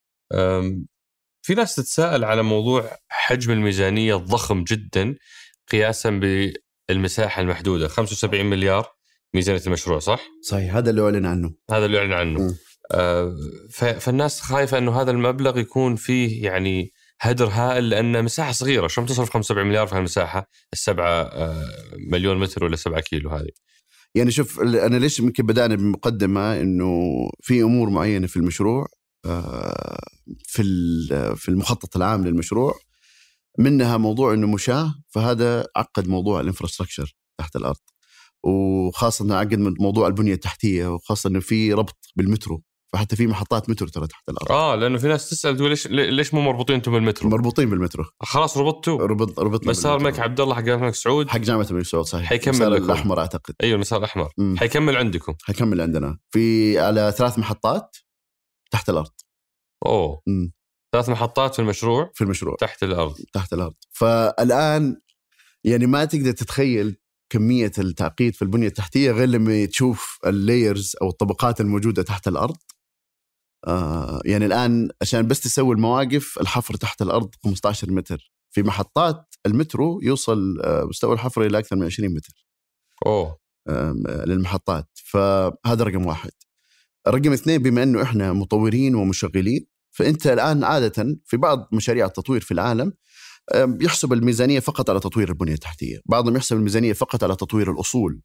في ناس تتساءل على موضوع حجم الميزانية الضخم جدا قياسا بالمساحة المحدودة، خمسة وسبعين مليار ميزانية المشروع، صح؟ صحيح، هذا اللي أعلن عنه. هذا اللي أعلن عنه. آه فالناس خايفة أنه هذا المبلغ يكون فيه يعني هدر هائل، لأن مساحة صغيرة. شو تصرف خمسة وسبعين مليار في هالمساحة السبعة آه مليون متر ولا سبعة كيلو هذه؟ يعني شوف، أنا ليش ممكن بدأنا بمقدمة إنه في أمور معينة في المشروع آه في في المخطط العام للمشروع، منها موضوع إنه مشاة، فهذا عقد موضوع الانفراستراكشر تحت الأرض، وخاصة عقد موضوع البنية التحتية، وخاصة إنه في ربط بالمترو، فحتى في محطات مترو ترى تحت الأرض. آه لأنه في ناس تسأل تقول ليش ليش مو مربوطين أنتم بالمترو؟ مربوطين بالمترو، خلاص ربطتوا. ربط ربطنا. مسار الملك عبد الله حق الملك سعود، حق جامعة الملك سعود، صحيح. حيكمل الأحمر أعتقد. أيوة المسار الأحمر م. حيكمل عندكم. حيكمل عندنا في على ثلاث محطات تحت الأرض. أوه م. ثلاث محطات في المشروع في المشروع تحت الأرض تحت الأرض. فالآن يعني ما تقدر تتخيل كمية التعقيد في البنية التحتية غير لما تشوف اللايرز أو الطبقات الموجودة تحت الأرض. آه يعني الآن عشان بس تسوي المواقف، الحفر تحت الأرض خمسة عشر متر، في محطات المترو يوصل آه مستوى الحفر إلى أكثر من عشرين متر. أوه آه للمحطات. فهذا رقم واحد. رقم اثنين، بما أنه إحنا مطورين ومشغلين، فأنت الآن عادة في بعض مشاريع التطوير في العالم يحسب الميزانية فقط على تطوير البنية التحتية، بعضهم يحسب الميزانية فقط على تطوير الأصول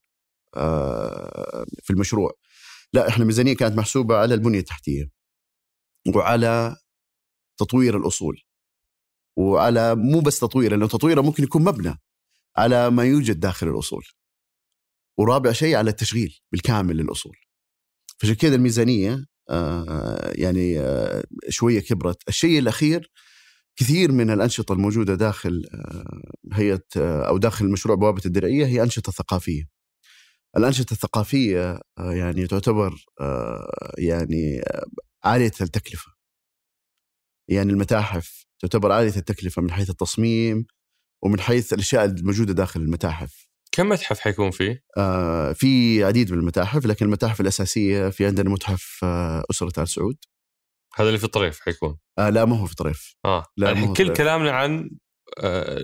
في المشروع. لا، إحنا ميزانية كانت محسوبة على البنية التحتية وعلى تطوير الأصول، وعلى مو بس تطوير، لأنه تطويره ممكن يكون مبنى، على ما يوجد داخل الأصول، ورابع شيء على التشغيل بالكامل للأصول. فعشان كده الميزانية يعني شوية كبرت. الشيء الأخير، كثير من الأنشطة الموجودة داخل هيئة أو داخل المشروع بوابة الدرعية هي أنشطة ثقافية. الأنشطة الثقافية يعني تعتبر يعني عالية التكلفة. يعني المتاحف تعتبر عالية التكلفة من حيث التصميم ومن حيث الأشياء الموجودة داخل المتاحف. كم متحف حيكون فيه؟ آه في عديد من المتاحف، لكن المتاحف الأساسية في عندنا متحف آه أسرة آل سعود، هذا اللي في الطريف حيكون. آه لا، ما هو في طريف. آه. لا، كل طريف. كلامنا عن آه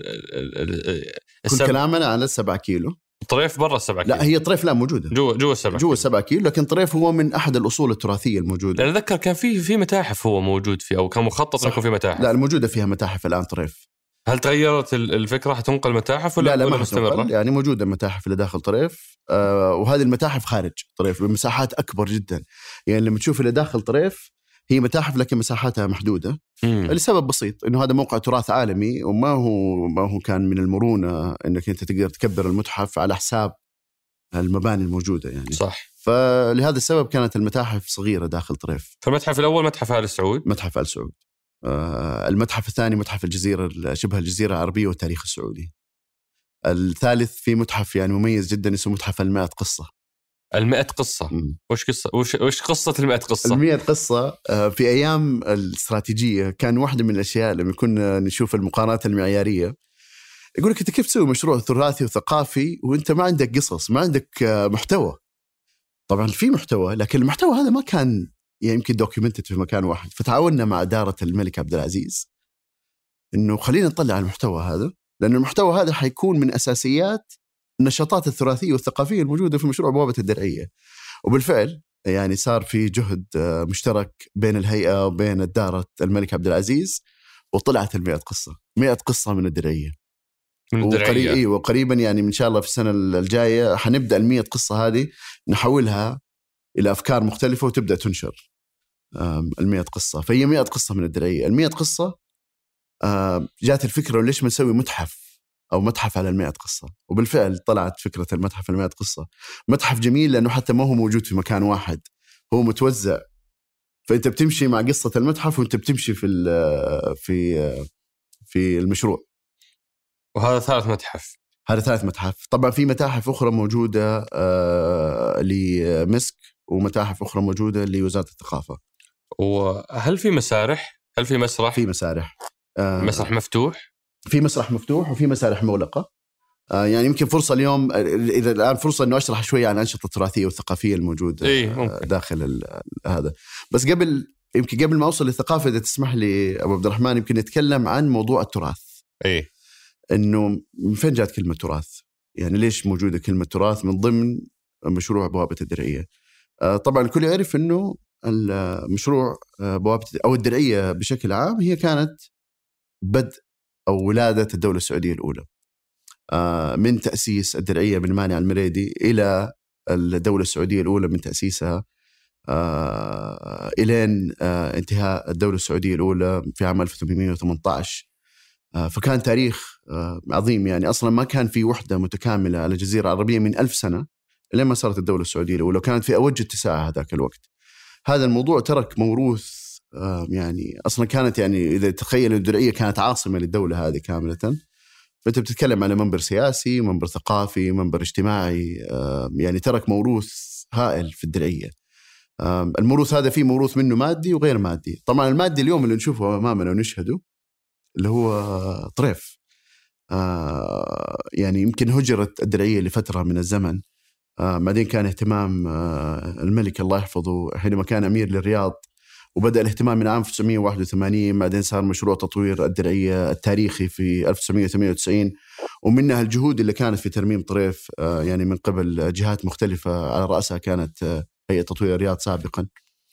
كل السبع... كلامنا عن السبعة كيلو. طريف برا السبعة كيلو. لا، هي طريف لا موجودة جوا جوا السبعة جوا السبعة كيلو، لكن طريف هو من أحد الأصول التراثية الموجودة. أنا أتذكر كان في في متاحف هو موجود فيه، أو كان مخطط يكون في متاحف. لا، الموجودة فيها متاحف الآن طريف. هل تغيرت الفكرة حتنقل متاحف ولا لا لا ولا ما مستمرة؟ يعني موجودة متاحف اللي داخل طريف، آه وهذه المتاحف خارج طريف بمساحات أكبر جدا. يعني لما تشوف اللي داخل طريف هي متاحف لكن مساحاتها محدودة. مم. لسبب بسيط، إنه هذا موقع تراث عالمي، وما هو ما هو كان من المرونة إنك أنت تقدر تكبر المتحف على حساب المباني الموجودة يعني. صح. فلهذا السبب كانت المتاحف صغيرة داخل طريف. فالمتحف الأول متحف آل سعود. متحف آل سعود. آه المتحف الثاني متحف الجزيرة، شبه الجزيرة العربية والتاريخ السعودي. الثالث في متحف يعني مميز جدا اسمه متحف المائة قصة. المائة قصة. م. وش قصة وش وش قصة المائة قصة؟ المائة قصة آه في أيام الاستراتيجية كان واحدة من الأشياء لما كنا نشوف المقارنات المعيارية، يقول لك أنت كيف تسوي مشروع تراثي وثقافي وأنت ما عندك قصص، ما عندك محتوى. طبعا في محتوى، لكن المحتوى هذا ما كان يعني يمكن دوكيومنتد في مكان واحد. فتعاوننا مع إدارة الملك عبد العزيز إنه خلينا نطلع على المحتوى هذا، لأن المحتوى هذا حيكون من أساسيات النشاطات التراثية والثقافية الموجودة في مشروع بوابة الدرعية. وبالفعل يعني صار في جهد مشترك بين الهيئة وبين إدارة الملك عبد العزيز، وطلعت المائة قصة مائة قصة من الدرعية. وقريب إيه وقريبا يعني إن شاء الله في السنة الجاية حنبدأ المية قصة هذه نحولها إلى أفكار مختلفة وتبدأ تنشر المية قصة. فهي مية قصة من الدرعية. المية قصة جات الفكرة ليش ما نسوي متحف أو متحف على المائة قصة، وبالفعل طلعت فكرة المتحف المائة قصة. متحف جميل لأنه حتى ما هو موجود في مكان واحد، هو متوزع، فأنت بتمشي مع قصة المتحف وأنت بتمشي في في في المشروع. وهذا ثالث متحف. هذا ثالث متحف. طبعا في متاحف أخرى موجودة آه لمسك ومتاحف أخرى موجودة لوزارة الثقافة. وهل في مسارح؟ هل في مسرح؟ في مسارح. آه مسرح مفتوح؟ في مسرح مفتوح وفي مسارح مغلقة. آه يعني يمكن فرصة اليوم إذا الآن فرصة إنه أشرح شوية عن الأنشطة التراثية والثقافية الموجودة إيه داخل هذا. بس قبل يمكن قبل ما أوصل للثقافة إذا تسمح لي أبو عبد الرحمن يمكن نتكلم عن موضوع التراث. إيه إنه من فين جات كلمة تراث؟ يعني ليش موجودة كلمة تراث من ضمن مشروع بوابة الدرعية؟ آه طبعا الكل يعرف إنه المشروع بوابة أو الدرعية بشكل عام هي كانت بدء أو ولادة الدولة السعودية الأولى. من تأسيس الدرعية من مانع المريدي إلى الدولة السعودية الأولى من تأسيسها إلين انتهاء الدولة السعودية الأولى في عام ألف وثمانمائة وثمانية عشر. فكان تاريخ عظيم، يعني أصلا ما كان في وحدة متكاملة على الجزيرة العربية من ألف سنة لين ما صارت الدولة السعودية الأولى، وكانت في أوج اتساعها هذاك الوقت. هذا الموضوع ترك موروث، يعني أصلا كانت يعني إذا تخيل الدرعية كانت عاصمة للدولة هذه كاملة، فأنت بتتكلم على منبر سياسي، منبر ثقافي، منبر اجتماعي، يعني ترك موروث هائل في الدرعية. الموروث هذا فيه موروث منه مادي وغير مادي. طبعا المادي اليوم اللي نشوفه أمامنا ونشهده اللي هو طريف، يعني يمكن هجرت الدرعية لفترة من الزمن، بعدين كان اهتمام الملك الله يحفظه حينما كان أمير للرياض، وبدأ الاهتمام من عام ألف وتسعمائة وواحد وثمانين. بعدين صار مشروع تطوير الدرعية التاريخي في ألف وتسعمائة وثمانية وتسعين، ومنها الجهود اللي كانت في ترميم طريف يعني من قبل جهات مختلفة، على رأسها كانت هيئة تطوير الرياض سابقا.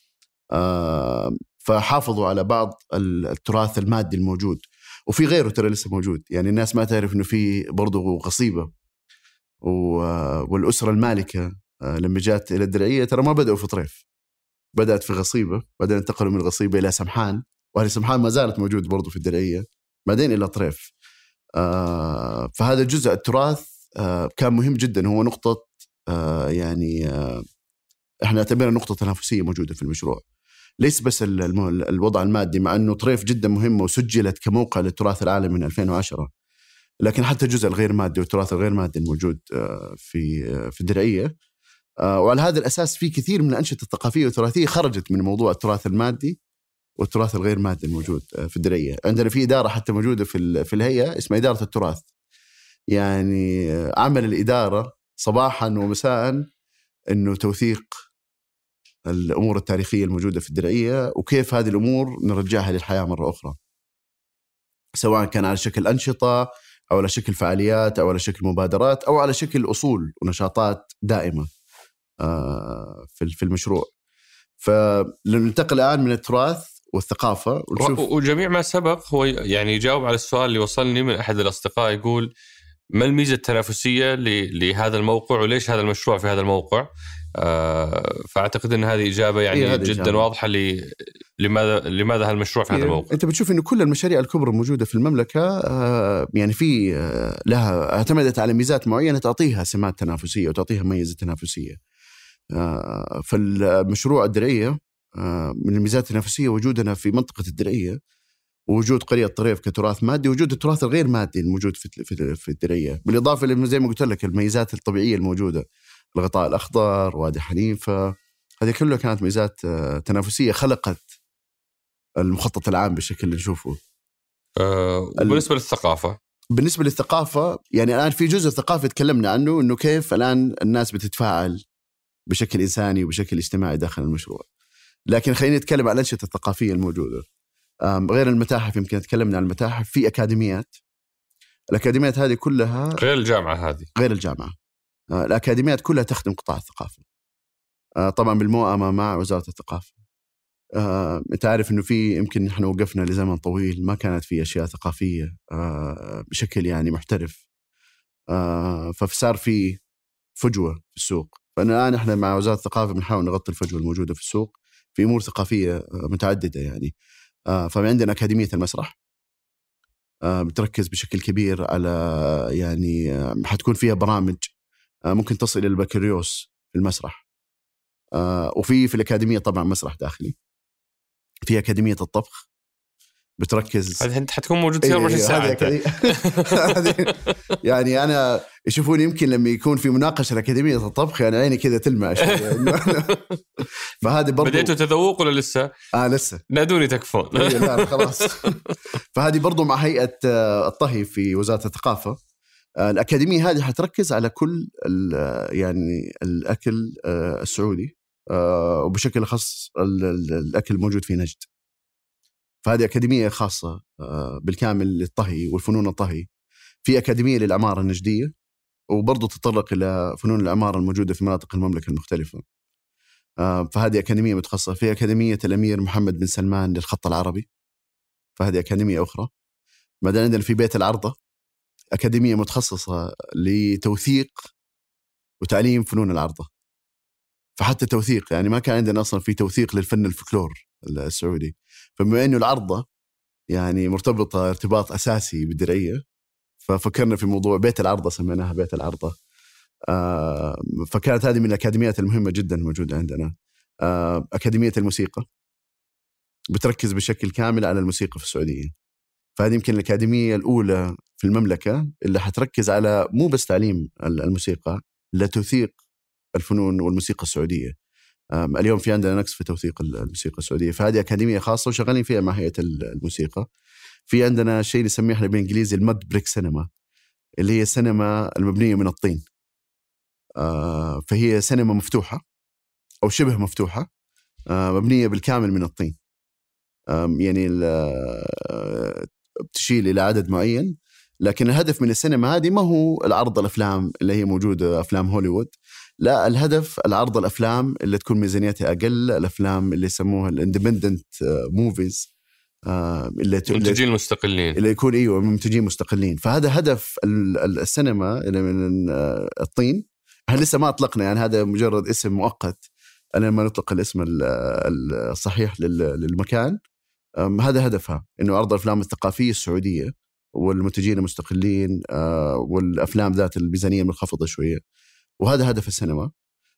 فحافظوا على بعض التراث المادي الموجود، وفي غيره ترى لسه موجود. يعني الناس ما تعرف إنه في برضو غصيبة والأسرة المالكة لما جات إلى الدرعية ترى ما بدأوا في طريف، بدأت في غصيبة، بعدين انتقلوا من غصيبة إلى سمحان، وهذه سمحان ما زالت موجود برضو في الدرعية، بعدين إلى طريف. آه فهذا الجزء التراث آه كان مهم جدا، هو نقطة آه يعني آه احنا اعتبرنا نقطة تنافسية موجودة في المشروع، ليس بس الوضع المادي، مع أنه طريف جدا مهمة وسجلت كموقع للتراث العالمي من ألفين وعشرة، لكن حتى الجزء الغير مادي والتراث الغير مادي الموجود آه في آه في الدرعية. آه وعلى هذا الأساس في كثير من الأنشطة الثقافية والتراثية خرجت من موضوع التراث المادي والتراث الغير مادي الموجود آه في الدرعية. عندنا في إدارة حتى موجودة في في الهيئة اسمها إدارة التراث، يعني آه عمل الإدارة صباحا ومساء إنه توثيق الأمور التاريخية الموجودة في الدرعية وكيف هذه الأمور نرجعها للحياة مرة أخرى، سواء كان على شكل أنشطة أو على شكل فعاليات أو على شكل مبادرات أو على شكل أصول ونشاطات دائمة في المشروع. فلننتقل الآن من التراث والثقافة ونشوف. وجميع ما سبق هو يعني يجاوب على السؤال اللي وصلني من أحد الأصدقاء، يقول ما الميزة التنافسية لهذا الموقع وليش هذا المشروع في هذا الموقع؟ آه فأعتقد أن هذه إجابة يعني إيه جدا إجابة. واضحة ل... لماذا لماذا هالمشروع في إيه. هذا الموقع. أنت بتشوف إنه كل المشاريع الكبرى الموجودة في المملكة آه يعني في آه لها اعتمدت على ميزات معينة تعطيها سمات تنافسية وتعطيها ميزة تنافسية. آه فالمشروع الدرعية آه من الميزات التنافسية وجودنا في منطقة الدرعية، ووجود قرية طريف كتراث مادي، وجود التراث الغير مادي الموجود في في الدرعية، بالإضافة لما زي ما قلت لك الميزات الطبيعية الموجودة، الغطاء الأخضر، وادي حنيفة، هذه كلها كانت ميزات تنافسية خلقت المخطط العام بالشكل اللي نشوفه. أه وبالنسبة للثقافة، بالنسبة للثقافة يعني الآن في جزء ثقافي تكلمنا عنه، إنه كيف الآن الناس بتتفاعل بشكل إنساني وبشكل اجتماعي داخل المشروع. لكن خلينا نتكلم عن الأنشطة الثقافية الموجودة. غير المتاحف، يمكن تكلمنا عن المتاحف، في أكاديميات. الأكاديميات هذه كلها غير الجامعة هذه غير الجامعة الأكاديميات كلها تخدم قطاع الثقافة، طبعا بالموائمة مع وزارة الثقافة. أنت عارف إنه في يمكن إحنا وقفنا لزمن طويل ما كانت في أشياء ثقافية بشكل يعني محترف، فصار في فجوة في السوق. فأنا الآن إحنا مع وزارة الثقافة بنحاول نغطي الفجوة الموجودة في السوق في أمور ثقافية متعددة يعني. فعندنا أكاديمية المسرح بتركز بشكل كبير على يعني حتكون فيها برامج ممكن تصل إلى البكالوريوس في المسرح. وفي في الأكاديمية طبعا مسرح داخلي، في أكاديمية الطبخ بتركز. هذه انت حتكون موجود في أربعة وعشرين ساعه. يعني انا يشوفوني يمكن لما يكون في مناقشه اكاديميه الطبخ يعني عيني كذا تلمع شويه. فهذه برضو بديتوا تذوق ولا لسه؟ اه لسه نادوني تكفون. لا خلاص. فهذه برضو مع هيئه الطهي في وزاره الثقافه. الأكاديمية هذه حتركز على كل يعني الأكل السعودي وبشكل خاص الأكل الموجود في نجد. فهذه أكاديمية خاصة بالكامل للطهي والفنون الطهي. في أكاديمية للعمارة النجدية وبرضو تطرق إلى فنون العمارة الموجودة في مناطق المملكة المختلفة. فهذه أكاديمية متخصصة. في أكاديمية الأمير محمد بن سلمان للخط العربي، فهذه أكاديمية أخرى. بعدين عندنا في بيت العرضة أكاديمية متخصصة لتوثيق وتعليم فنون العرضة. فحتى توثيق يعني ما كان عندنا أصلا في توثيق للفن الفلكلور السعودي. فبما أنه العرضة يعني مرتبطة ارتباط أساسي بالدرعية ففكرنا في موضوع بيت العرضة، سميناها بيت العرضة. آه فكانت هذه من الأكاديميات المهمة جدا موجودة عندنا. آه أكاديمية الموسيقى بتركز بشكل كامل على الموسيقى في السعودية. فهذه يمكن الأكاديمية الأولى في المملكة اللي حتركز على مو بس تعليم الموسيقى، لا توثيق الفنون والموسيقى السعودية. اليوم في عندنا نقص في توثيق الموسيقى السعودية، فهذه أكاديمية خاصة وشغالين فيها مع هيئة الموسيقى. في عندنا شيء نسميه احنا بالإنجليزي المد بريك سينما، اللي هي سينما المبنية من الطين. فهي سينما مفتوحة أو شبه مفتوحة مبنية بالكامل من الطين. يعني بتشيل إلى عدد معين، لكن الهدف من السينما هذه ما هو العرض الأفلام اللي هي موجودة أفلام هوليوود، لا، الهدف العرض الأفلام اللي تكون ميزانيتها أقل، الأفلام اللي يسموها الاندبندنت موفيز، اللي منتجين مستقلين، اللي يكون ايوه منتجين مستقلين. فهذا هدف السينما اللي من الطين. احنا لسه ما اطلقنا، يعني هذا مجرد اسم مؤقت، انا ما نطلق الاسم الصحيح للمكان. هذا هدفها انه عرض الافلام الثقافيه السعوديه والمنتجين المستقلين والافلام ذات الميزانيه المنخفضه شويه، وهذا هدف السينما.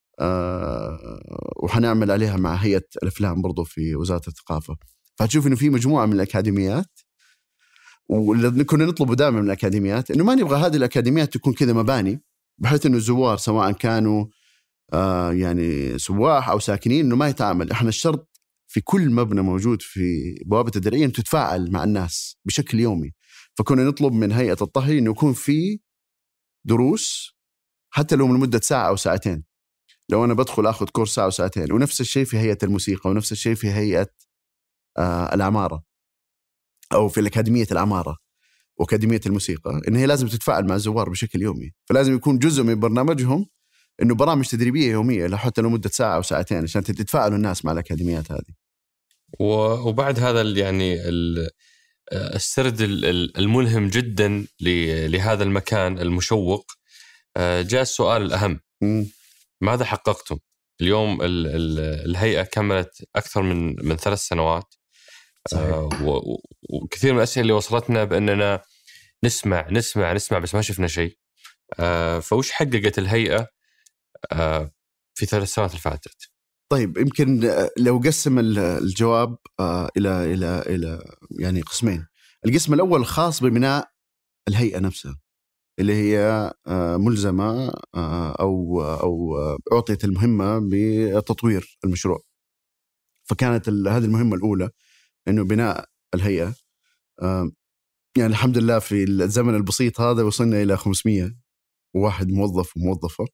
وحنعمل عليها مع هيئه الافلام برضو في وزاره الثقافه. فتشوف إنه في مجموعة من الأكاديميات، واللي كنا نطلبه دائما من الأكاديميات إنه ما نبغى هذه الأكاديميات تكون كذا مباني بحيث إنه الزوار سواء كانوا آه يعني سواح أو ساكنين إنه ما يتعامل. إحنا الشرط في كل مبنى موجود في بوابة الدرعية إنه تتفاعل مع الناس بشكل يومي. فكنا نطلب من هيئة الطهي إنه يكون في دروس حتى لو من مدة ساعة أو ساعتين، لو أنا بدخل أخذ كورس ساعة أو ساعتين. ونفس الشيء في هيئة الموسيقى، ونفس الشيء في هيئة آه العمارة أو في الأكاديمية العمارة وأكاديمية الموسيقى، إن هي لازم تتفاعل مع الزوار بشكل يومي. فلازم يكون جزء من برنامجهم إنه برامج تدريبية يومية لو حتى لمدة ساعة أو ساعتين عشان تتفاعلوا الناس مع الأكاديميات هذه. وبعد هذا يعني السرد الملهم جدا لهذا المكان المشوق، جاء السؤال الأهم: م. ماذا حققتم اليوم؟ الهيئة كملت أكثر من من ثلاث سنوات. آه وكثير من الأسئلة اللي وصلتنا بأننا نسمع نسمع نسمع بس ما شفنا شيء. آه فوش حققت الهيئة آه في ثلاث سنوات اللي فاتت؟ طيب يمكن لو قسم الجواب آه إلى إلى إلى يعني قسمين. القسم الأول خاص ببناء الهيئة نفسها، اللي هي آه ملزمة آه أو أو أعطيت المهمة بتطوير المشروع. فكانت هذه المهمة الأولى إنه بناء الهيئة. آه يعني الحمد لله في الزمن البسيط هذا وصلنا إلى خمسمية وواحد موظف وموظفة.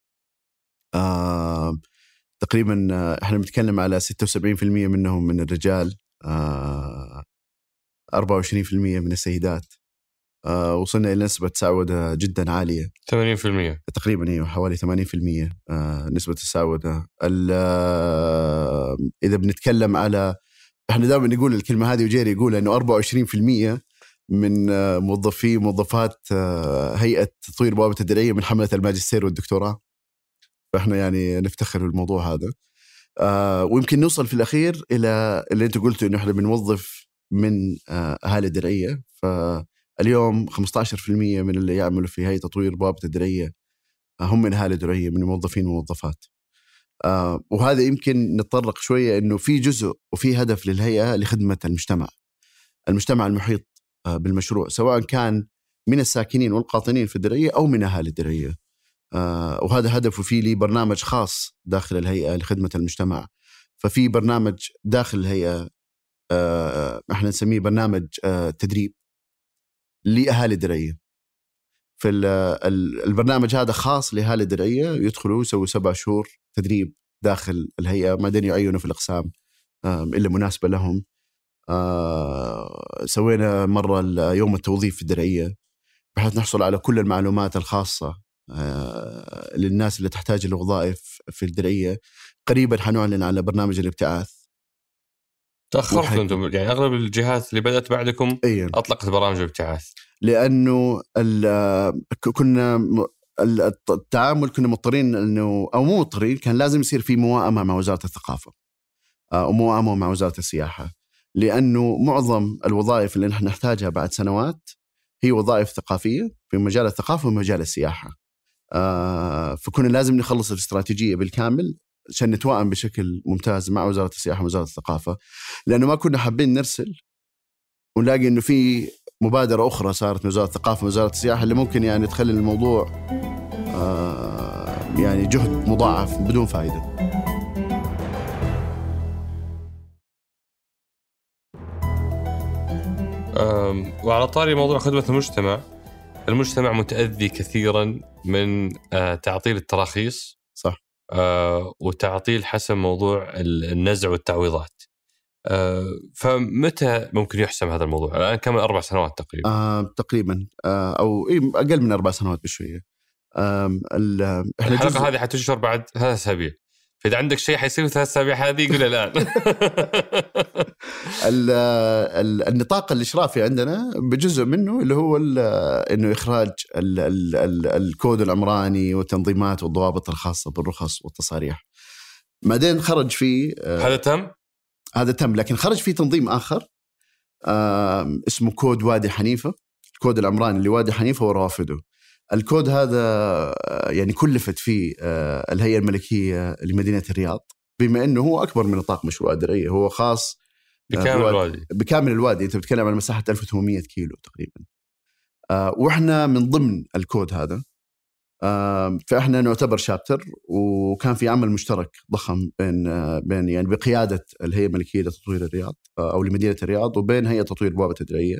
آه تقريبا احنا بنتكلم على ستة وسبعين بالمئة منهم من الرجال، آه أربعة وعشرين بالمئة من السيدات. آه وصلنا إلى نسبة تعودة جدا عالية، ثمانين بالمئة تقريبا، ايوه حوالي ثمانين بالمئة آه نسبة التعودة. آه إذا بنتكلم على، احنا دائما نقول الكلمة هذه وجيري يقول إنه أربعة وعشرين بالمئة من آه موظفي موظفات آه هيئة تطوير بوابة الدرعية من حملة الماجستير والدكتوراه. فإحنا يعني نفتخر بالموضوع هذا. آه ويمكن نوصل في الأخير إلى اللي أنت قلته إنه إحنا بنوظف من آه أهالي الدرعية. فاليوم خمسة عشر بالمئة من اللي يعملوا في هيئة تطوير بوابة الدرعية آه هم من أهالي الدرعية، من موظفين وموظفات. آه وهذا يمكن نتطرق شوية إنه في جزء وفي هدف للهيئة لخدمة المجتمع. المجتمع المحيط بالمشروع، سواء كان من الساكنين والقاطنين في الدرعية أو من أهالي الدرعية. وهذا هدفه. فيه لي برنامج خاص داخل الهيئة لخدمة المجتمع. ففي برنامج داخل الهيئة احنا نسميه برنامج تدريب لأهالي الدرعية. في البرنامج هذا خاص لأهالي الدرعية، يدخلوا يسووا سبع شهور تدريب داخل الهيئة، بعدين يعينوا في الأقسام اللي مناسبة لهم. سوينا مرة يوم التوظيف في الدرعية بحيث نحصل على كل المعلومات الخاصة للناس اللي تحتاج الوظائف في الدرعية. قريبا حنعلن على برنامج الابتعاث. تأخرتوا أنتم، يعني أغلب الجهات اللي بدأت بعدكم أيه. أطلقت برامج الابتعاث لأنه كنا التعامل كنا مضطرين إنه أو مو مضطرين، كان لازم يصير في موائمة مع وزارة الثقافة وموائمة مع وزارة السياحة، لأنه معظم الوظائف اللي نحن نحتاجها بعد سنوات هي وظائف ثقافية في مجال الثقافة ومجال السياحة. فكنا لازم نخلص الاستراتيجية بالكامل عشان نتوائم بشكل ممتاز مع وزارة السياحة ووزارة الثقافة، لأنه ما كنا حابين نرسل ونلاقي إنه في مبادرة أخرى صارت من وزارة الثقافة ووزارة السياحة اللي ممكن يعني تخلي الموضوع يعني جهد مضاعف بدون فائدة. وعلى طاري موضوع خدمة المجتمع، المجتمع متأذي كثيرا من تعطيل التراخيص، صح، وتعطيل حسب موضوع النزع والتعويضات. فمتى ممكن يحسم هذا الموضوع؟ الآن كم أربع سنوات تقريبا آه، تقريبا آه، أو إيه أقل من أربع سنوات بشوية. آه، الحلقة جزء... هذه حتنشر بعد ثلاث أسابيع، فإذا عندك شيء حيصير ثلاث أسابيع هذه قول الآن. النطاق الإشرافي عندنا بجزء منه اللي هو إنه إخراج ال ال ال الكود العمراني والتنظيمات والضوابط الخاصة بالرخص والتصاريح. بعدين خرج فيه هذا تم هذا تم لكن خرج فيه تنظيم آخر اسمه كود وادي حنيفة، الكود العمراني اللي وادي حنيفة وروافده. الكود هذا يعني كلفت فيه الهيئة الملكية لمدينة الرياض، بما أنه هو أكبر من نطاق مشروع الدرعية، هو خاص بكامل الوادي. بكامل الوادي أنت بتتكلم عن مساحة ألف وثمانمائة كيلو تقريبا، وإحنا من ضمن الكود هذا. فإحنا نعتبر شابتر، وكان في عمل مشترك ضخم بين بين يعني بقيادة الهيئة الملكية لتطوير الرياض أو لمدينة الرياض وبين هيئة تطوير بوابة الدرعية.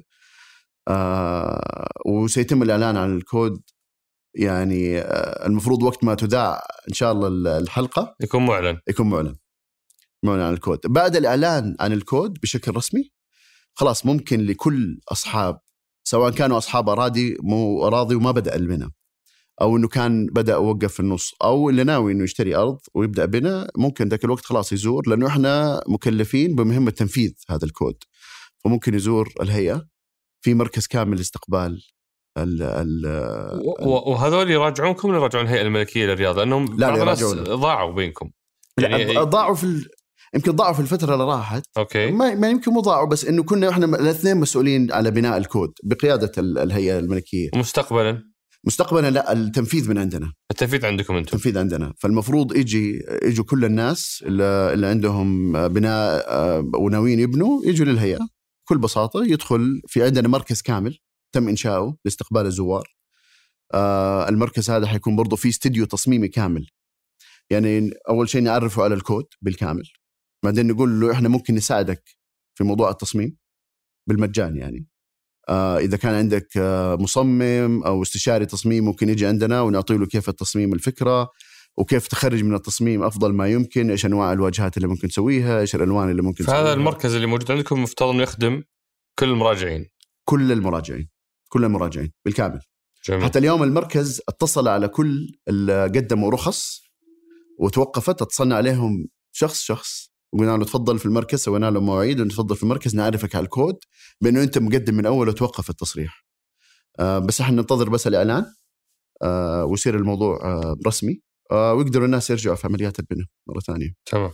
وسيتم الإعلان عن الكود يعني المفروض وقت ما تذاع إن شاء الله الحلقة يكون معلن يكون معلن معلن عن الكود. بعد الإعلان عن الكود بشكل رسمي خلاص ممكن لكل أصحاب، سواء كانوا أصحاب أراضي مو أراضي وما بدأ البناء، أو إنه كان بدأ وقف في النص، أو اللي ناوي إنه يشتري أرض ويبدأ بناء، ممكن ذاك الوقت خلاص يزور، لأنه إحنا مكلفين بمهمة تنفيذ هذا الكود. فممكن يزور الهيئة في مركز كامل استقبال ال ال وهذول يراجعونكم ولا يراجعون الهيئة الملكية للرياض؟ لأنهم بعض الناس ضاعوا بينكم. يعني ضاعوا في ال... يمكن ضاعوا في الفترة اللي راحت. أوكي. ما ما يمكن مو ضاعوا، بس إنه كنا إحنا الاثنين مسؤولين على بناء الكود بقيادة الهيئة الملكية. مستقبلا مستقبلا لا، التنفيذ من عندنا. التنفيذ عندكم أنتم. التنفيذ عندنا، فالمفروض يجي يجوا كل الناس اللي عندهم بناء وناويين يبنوا يجوا للهيئة بكل بساطة، يدخل في عندنا مركز كامل تم إنشاؤه لاستقبال الزوار. آه المركز هذا حيكون برضو فيه استديو تصميمي كامل. يعني أول شيء نعرفه على الكود بالكامل، بعدين نقول له إحنا ممكن نساعدك في موضوع التصميم بالمجان. يعني آه إذا كان عندك آه مصمم أو استشاري تصميم ممكن يجي عندنا ونعطي له كيف التصميم الفكرة وكيف تخرج من التصميم أفضل ما يمكن، إيش أنواع الواجهات اللي ممكن تسويها، إيش الألوان اللي ممكن فهذا تسويها. المركز اللي موجود عندكم مفترض أنه يخدم كل المراجعين كل المراجعين كل المراجعين بالكامل. جميل. حتى اليوم المركز اتصل على كل اللي قدموا رخص وتوقفت، اتصلنا عليهم شخص شخص وقلنا له تفضل في المركز، سوينا له مواعيد ونتفضل في المركز نعرفك على الكود بأنه أنت مقدم من أول وتوقف التصريح. آه بس احنا ننتظر بس الإعلان آه ويصير الموضوع آه رسمي آه ويقدروا الناس يرجعوا في عمليات البناء مرة ثانية. تمام.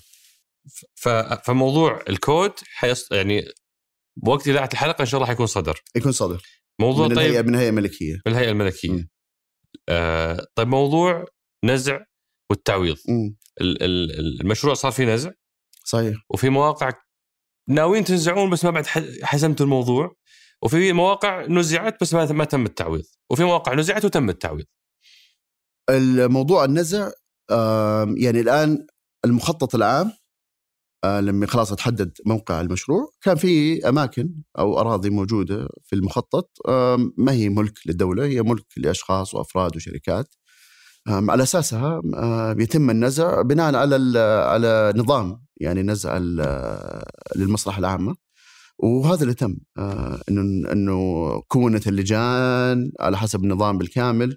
فموضوع الكود حيص... يعني بوقت إذاعة الحلقة إن شاء الله حيكون صدر يكون صدر موضوع من طيب الهيئة من الهيئة الملكية من الهيئة الملكية. آه طيب موضوع نزع والتعويض. ال... ال... المشروع صار فيه نزع صحيح، وفي مواقع ناويين تنزعون بس ما بعد حسمت الموضوع، وفي مواقع نزعت بس ما تم التعويض، وفي مواقع نزعت وتم التعويض. الموضوع النزع يعني الآن المخطط العام لما خلاص تحدد موقع المشروع، كان في أماكن أو أراضي موجودة في المخطط ما هي ملك للدولة، هي ملك لأشخاص وأفراد وشركات. على أساسها يتم النزع بناء على على نظام يعني نزع للمصلحة العامة. وهذا اللي تم، إنه إنه كونت اللجان على حسب النظام بالكامل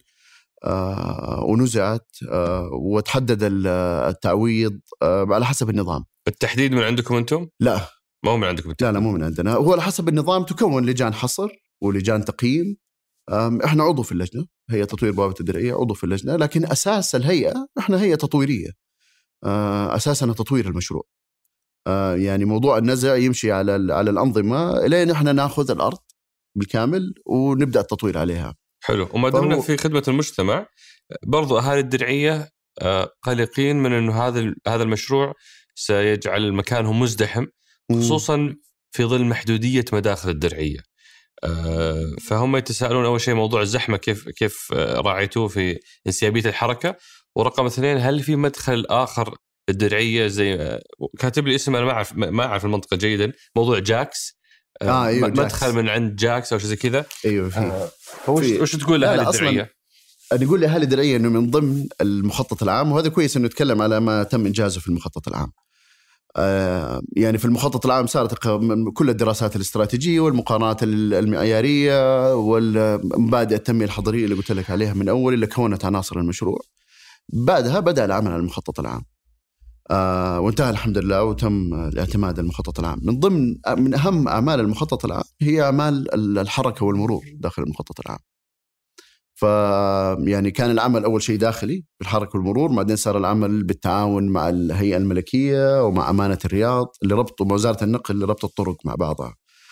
ونزعت وتحدد التعويض على حسب النظام. التحديد من عندكم أنتم؟ لا ما هو من عندكم التحديد. لا لا مو من عندنا، هو على حسب النظام تكون لجان حصر ولجان تقييم. احنا عضو في اللجنة، هيئة تطوير بوابة الدرعية، عضو في اللجنة، لكن أساس الهيئة احنا هيئة تطويرية، أساسنا تطوير المشروع. يعني موضوع النزع يمشي على على الأنظمة لين احنا ناخذ الأرض بالكامل ونبدأ التطوير عليها. حلو. وما دمنا في خدمة المجتمع، برضو أهالي الدرعية قلقين من إنه هذا هذا المشروع سيجعل مكانهم مزدحم، خصوصا في ظل محدودية مداخل الدرعية. فهم يتساءلون أول شيء موضوع الزحمة كيف كيف راعيتوه في انسيابية الحركة، ورقم اثنين هل في مدخل آخر للدرعية زي كاتب لي اسم أنا ما أعرف ما أعرف المنطقة جيدا، موضوع جاكس. آه أيوة مدخل جاكس. من عند جاكس أو شيء زي كذا. أيوة في. آه وش وش تقول لأهل الدرعية؟ أنا أقول لأهل الدرعية إنه من ضمن المخطط العام، وهذا كويس إنه نتكلم على ما تم إنجازه في المخطط العام. آه يعني في المخطط العام صارت كل الدراسات الاستراتيجية والمقارنات المعيارية والمبادئ التنمية الحضرية اللي قلت لك عليها من أول اللي كونت عناصر المشروع. بعدها بدأ العمل على المخطط العام. آه وانتهى الحمد لله وتم الاعتماد المخطط العام. من ضمن من أهم أعمال المخطط العام هي أعمال الحركة والمرور داخل المخطط العام. ف يعني كان العمل أول شيء داخلي بالحركة والمرور، بعدين صار العمل بالتعاون مع الهيئة الملكية ومع أمانة الرياض اللي ربطوا وزارة النقل اللي ربط الطرق مع بعضها.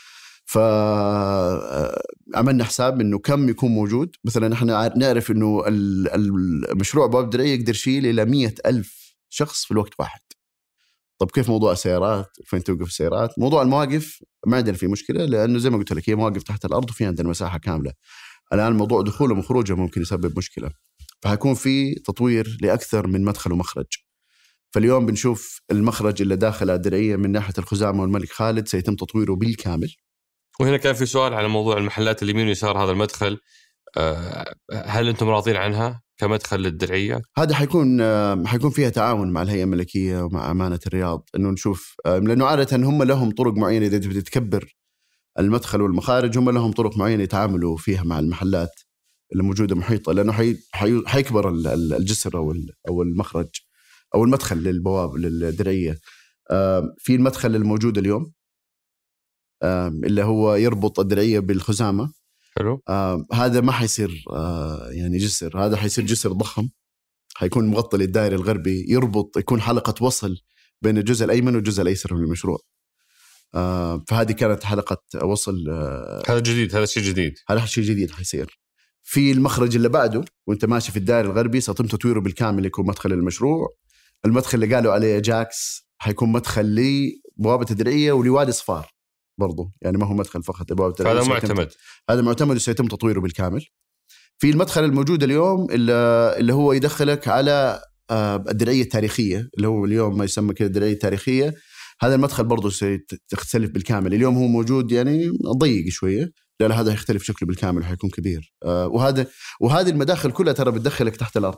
فعملنا حساب إنه كم يكون موجود. مثلا إحنا نعرف إنه المشروع بوابة الدرعية يقدر يشيل إلى مية ألف شخص في الوقت واحد. طب كيف موضوع السيارات وفين توقف السيارات؟ موضوع المواقف ما عندنا فيه مشكلة، لأنه زي ما قلت لك هي مواقف تحت الأرض وفي عندنا مساحة كاملة. الآن موضوع دخوله وخروجه ممكن يسبب مشكلة، فهيكون في تطوير لأكثر من مدخل ومخرج. فاليوم بنشوف المخرج اللي داخل الدرعية من ناحية الخزامة والملك خالد سيتم تطويره بالكامل. وهنا كان في سؤال على موضوع المحلات اليمين ويسار هذا المدخل، هل أنتم راضين عنها كمدخل للدرعية؟ هذا حيكون حيكون فيها تعاون مع الهيئة الملكية ومع أمانة الرياض، إنه نشوف، لأنه عادة هم لهم طرق معينة إذا بدك تكبر المدخل والمخارج، هم لهم طرق معينة يتعاملوا فيها مع المحلات اللي موجودة محيطة، لأنه حي حي حيكبر الجسر أو أو المخرج أو المدخل للبواب للدرعية. في المدخل الموجود اليوم اللي هو يربط الدرعية بالخزامة. حلو. هذا ما حيصير يعني جسر، هذا حيصير جسر ضخم، حيكون مغطى للدائري الغربي، يربط، يكون حلقة وصل بين الجزء الأيمن والجزء الأيسر من المشروع. آه فهذه كانت حلقة وصل. آه هذا جديد، هذا شيء جديد، هذا شيء جديد حيصير. في المخرج اللي بعده وانت ماشي في الدائري الغربي سيتم تطويره بالكامل، يكون مدخل المشروع. المدخل اللي قالوا عليه جاكس حيكون مدخل لبوابة الدرعية ولوادي صفار برضو، يعني ما هو مدخل فقط لبوابة الدرعية. هذا معتمد، هذا معتمد وسيتم تطويره بالكامل. في المدخل الموجود اليوم اللي, اللي هو يدخلك على آه الدرعية التاريخية، اللي هو اليوم ما يسمى كده الدرعية التاريخية. هذا المدخل برضو سيختلف بالكامل. اليوم هو موجود يعني ضيق شوية، لأن هذا يختلف شكله بالكامل وحيكون كبير. آه وهذا وهذه المداخل كلها ترى بتدخلك تحت الأرض.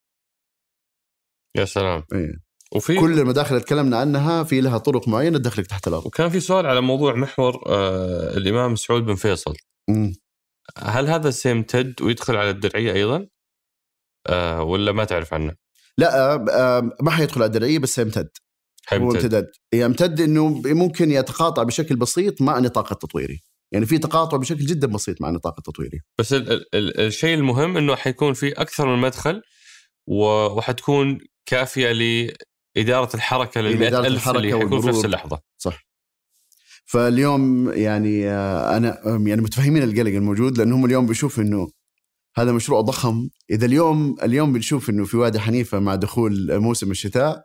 يا سلام. إيه. وفي كل المداخل اللي تكلمنا عنها في لها طرق معينة تدخلك تحت الأرض. وكان في سؤال على موضوع محور آه الإمام سعود بن فيصل. م. هل هذا سيمتد ويدخل على الدرعية أيضا آه ولا ما تعرف عنه؟ لا آه ما حيدخل على الدرعية بس سيمتد. هو امتداد، يمتد إنه ممكن يتقاطع بشكل بسيط مع نطاق التطويري، يعني في تقاطع بشكل جدا بسيط مع النطاق التطويري. بس ال ال الشيء المهم إنه حيكون في أكثر من مدخل وحتكون كافية لإدارة الحركة للمئة ألف اللي حيكون في نفس اللحظة. صح. فاليوم يعني أنا يعني متفهمين القلق الموجود، لأنهم اليوم بيشوف إنه هذا مشروع ضخم. إذا اليوم اليوم بنشوف إنه في وادي حنيفة مع دخول موسم الشتاء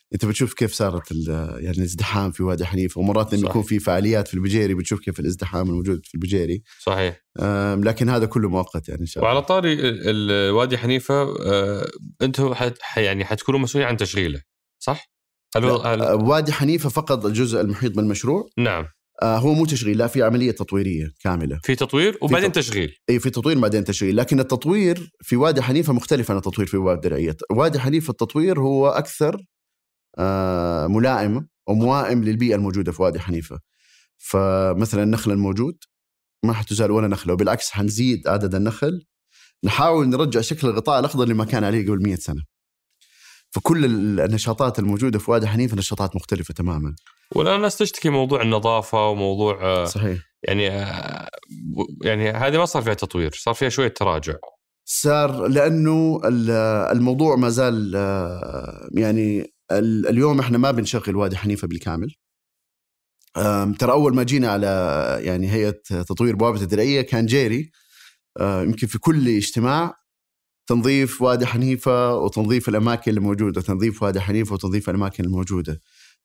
أنت بتشوف كيف صارت يعني الازدحام في وادي حنيفة، ومرات لما يكون في فعاليات في البجيري بتشوف كيف الازدحام الموجود في البجيري. صحيح. لكن هذا كله مؤقت يعني إن شاء الله. وعلى طاري الوادي حنيفة، أنتم حت يعني حتكونوا مسؤولين عن تشغيله صح؟ هل وادي حنيفة فقط الجزء المحيط بالمشروع؟ نعم. آه هو مو تشغيل، لا، في عملية تطويرية كاملة. في تطوير وبعدين في تشغيل. أي في تطوير بعدين تشغيل، لكن التطوير في وادي حنيفة مختلف عن التطوير في وادي درعية. وادي حنيفة التطوير هو أكثر آه ملائم وموائم للبيئة الموجودة في وادي حنيفة. فمثلا النخل الموجود ما حتزال ولا نخلة، وبالعكس حنزيد عدد النخل، نحاول نرجع شكل الغطاء الأخضر اللي ما كان عليه قبل مئة سنة. فكل النشاطات الموجودة في وادي حنيفة نشاطات مختلفة تماما. والآن الناس تشتكي موضوع النظافة وموضوع صحيح. يعني يعني هذه ما صار فيها تطوير، صار فيها شوية تراجع. صار لأنه الموضوع ما زال يعني اليوم احنا ما بنشغل وادي حنيفة بالكامل. ترى أول ما جينا على يعني هيئة تطوير بوابة الدرعية كان جيري يمكن في كل اجتماع تنظيف وادي حنيفة وتنظيف الأماكن الموجودة، تنظيف وادي حنيفة وتنظيف الأماكن الموجودة،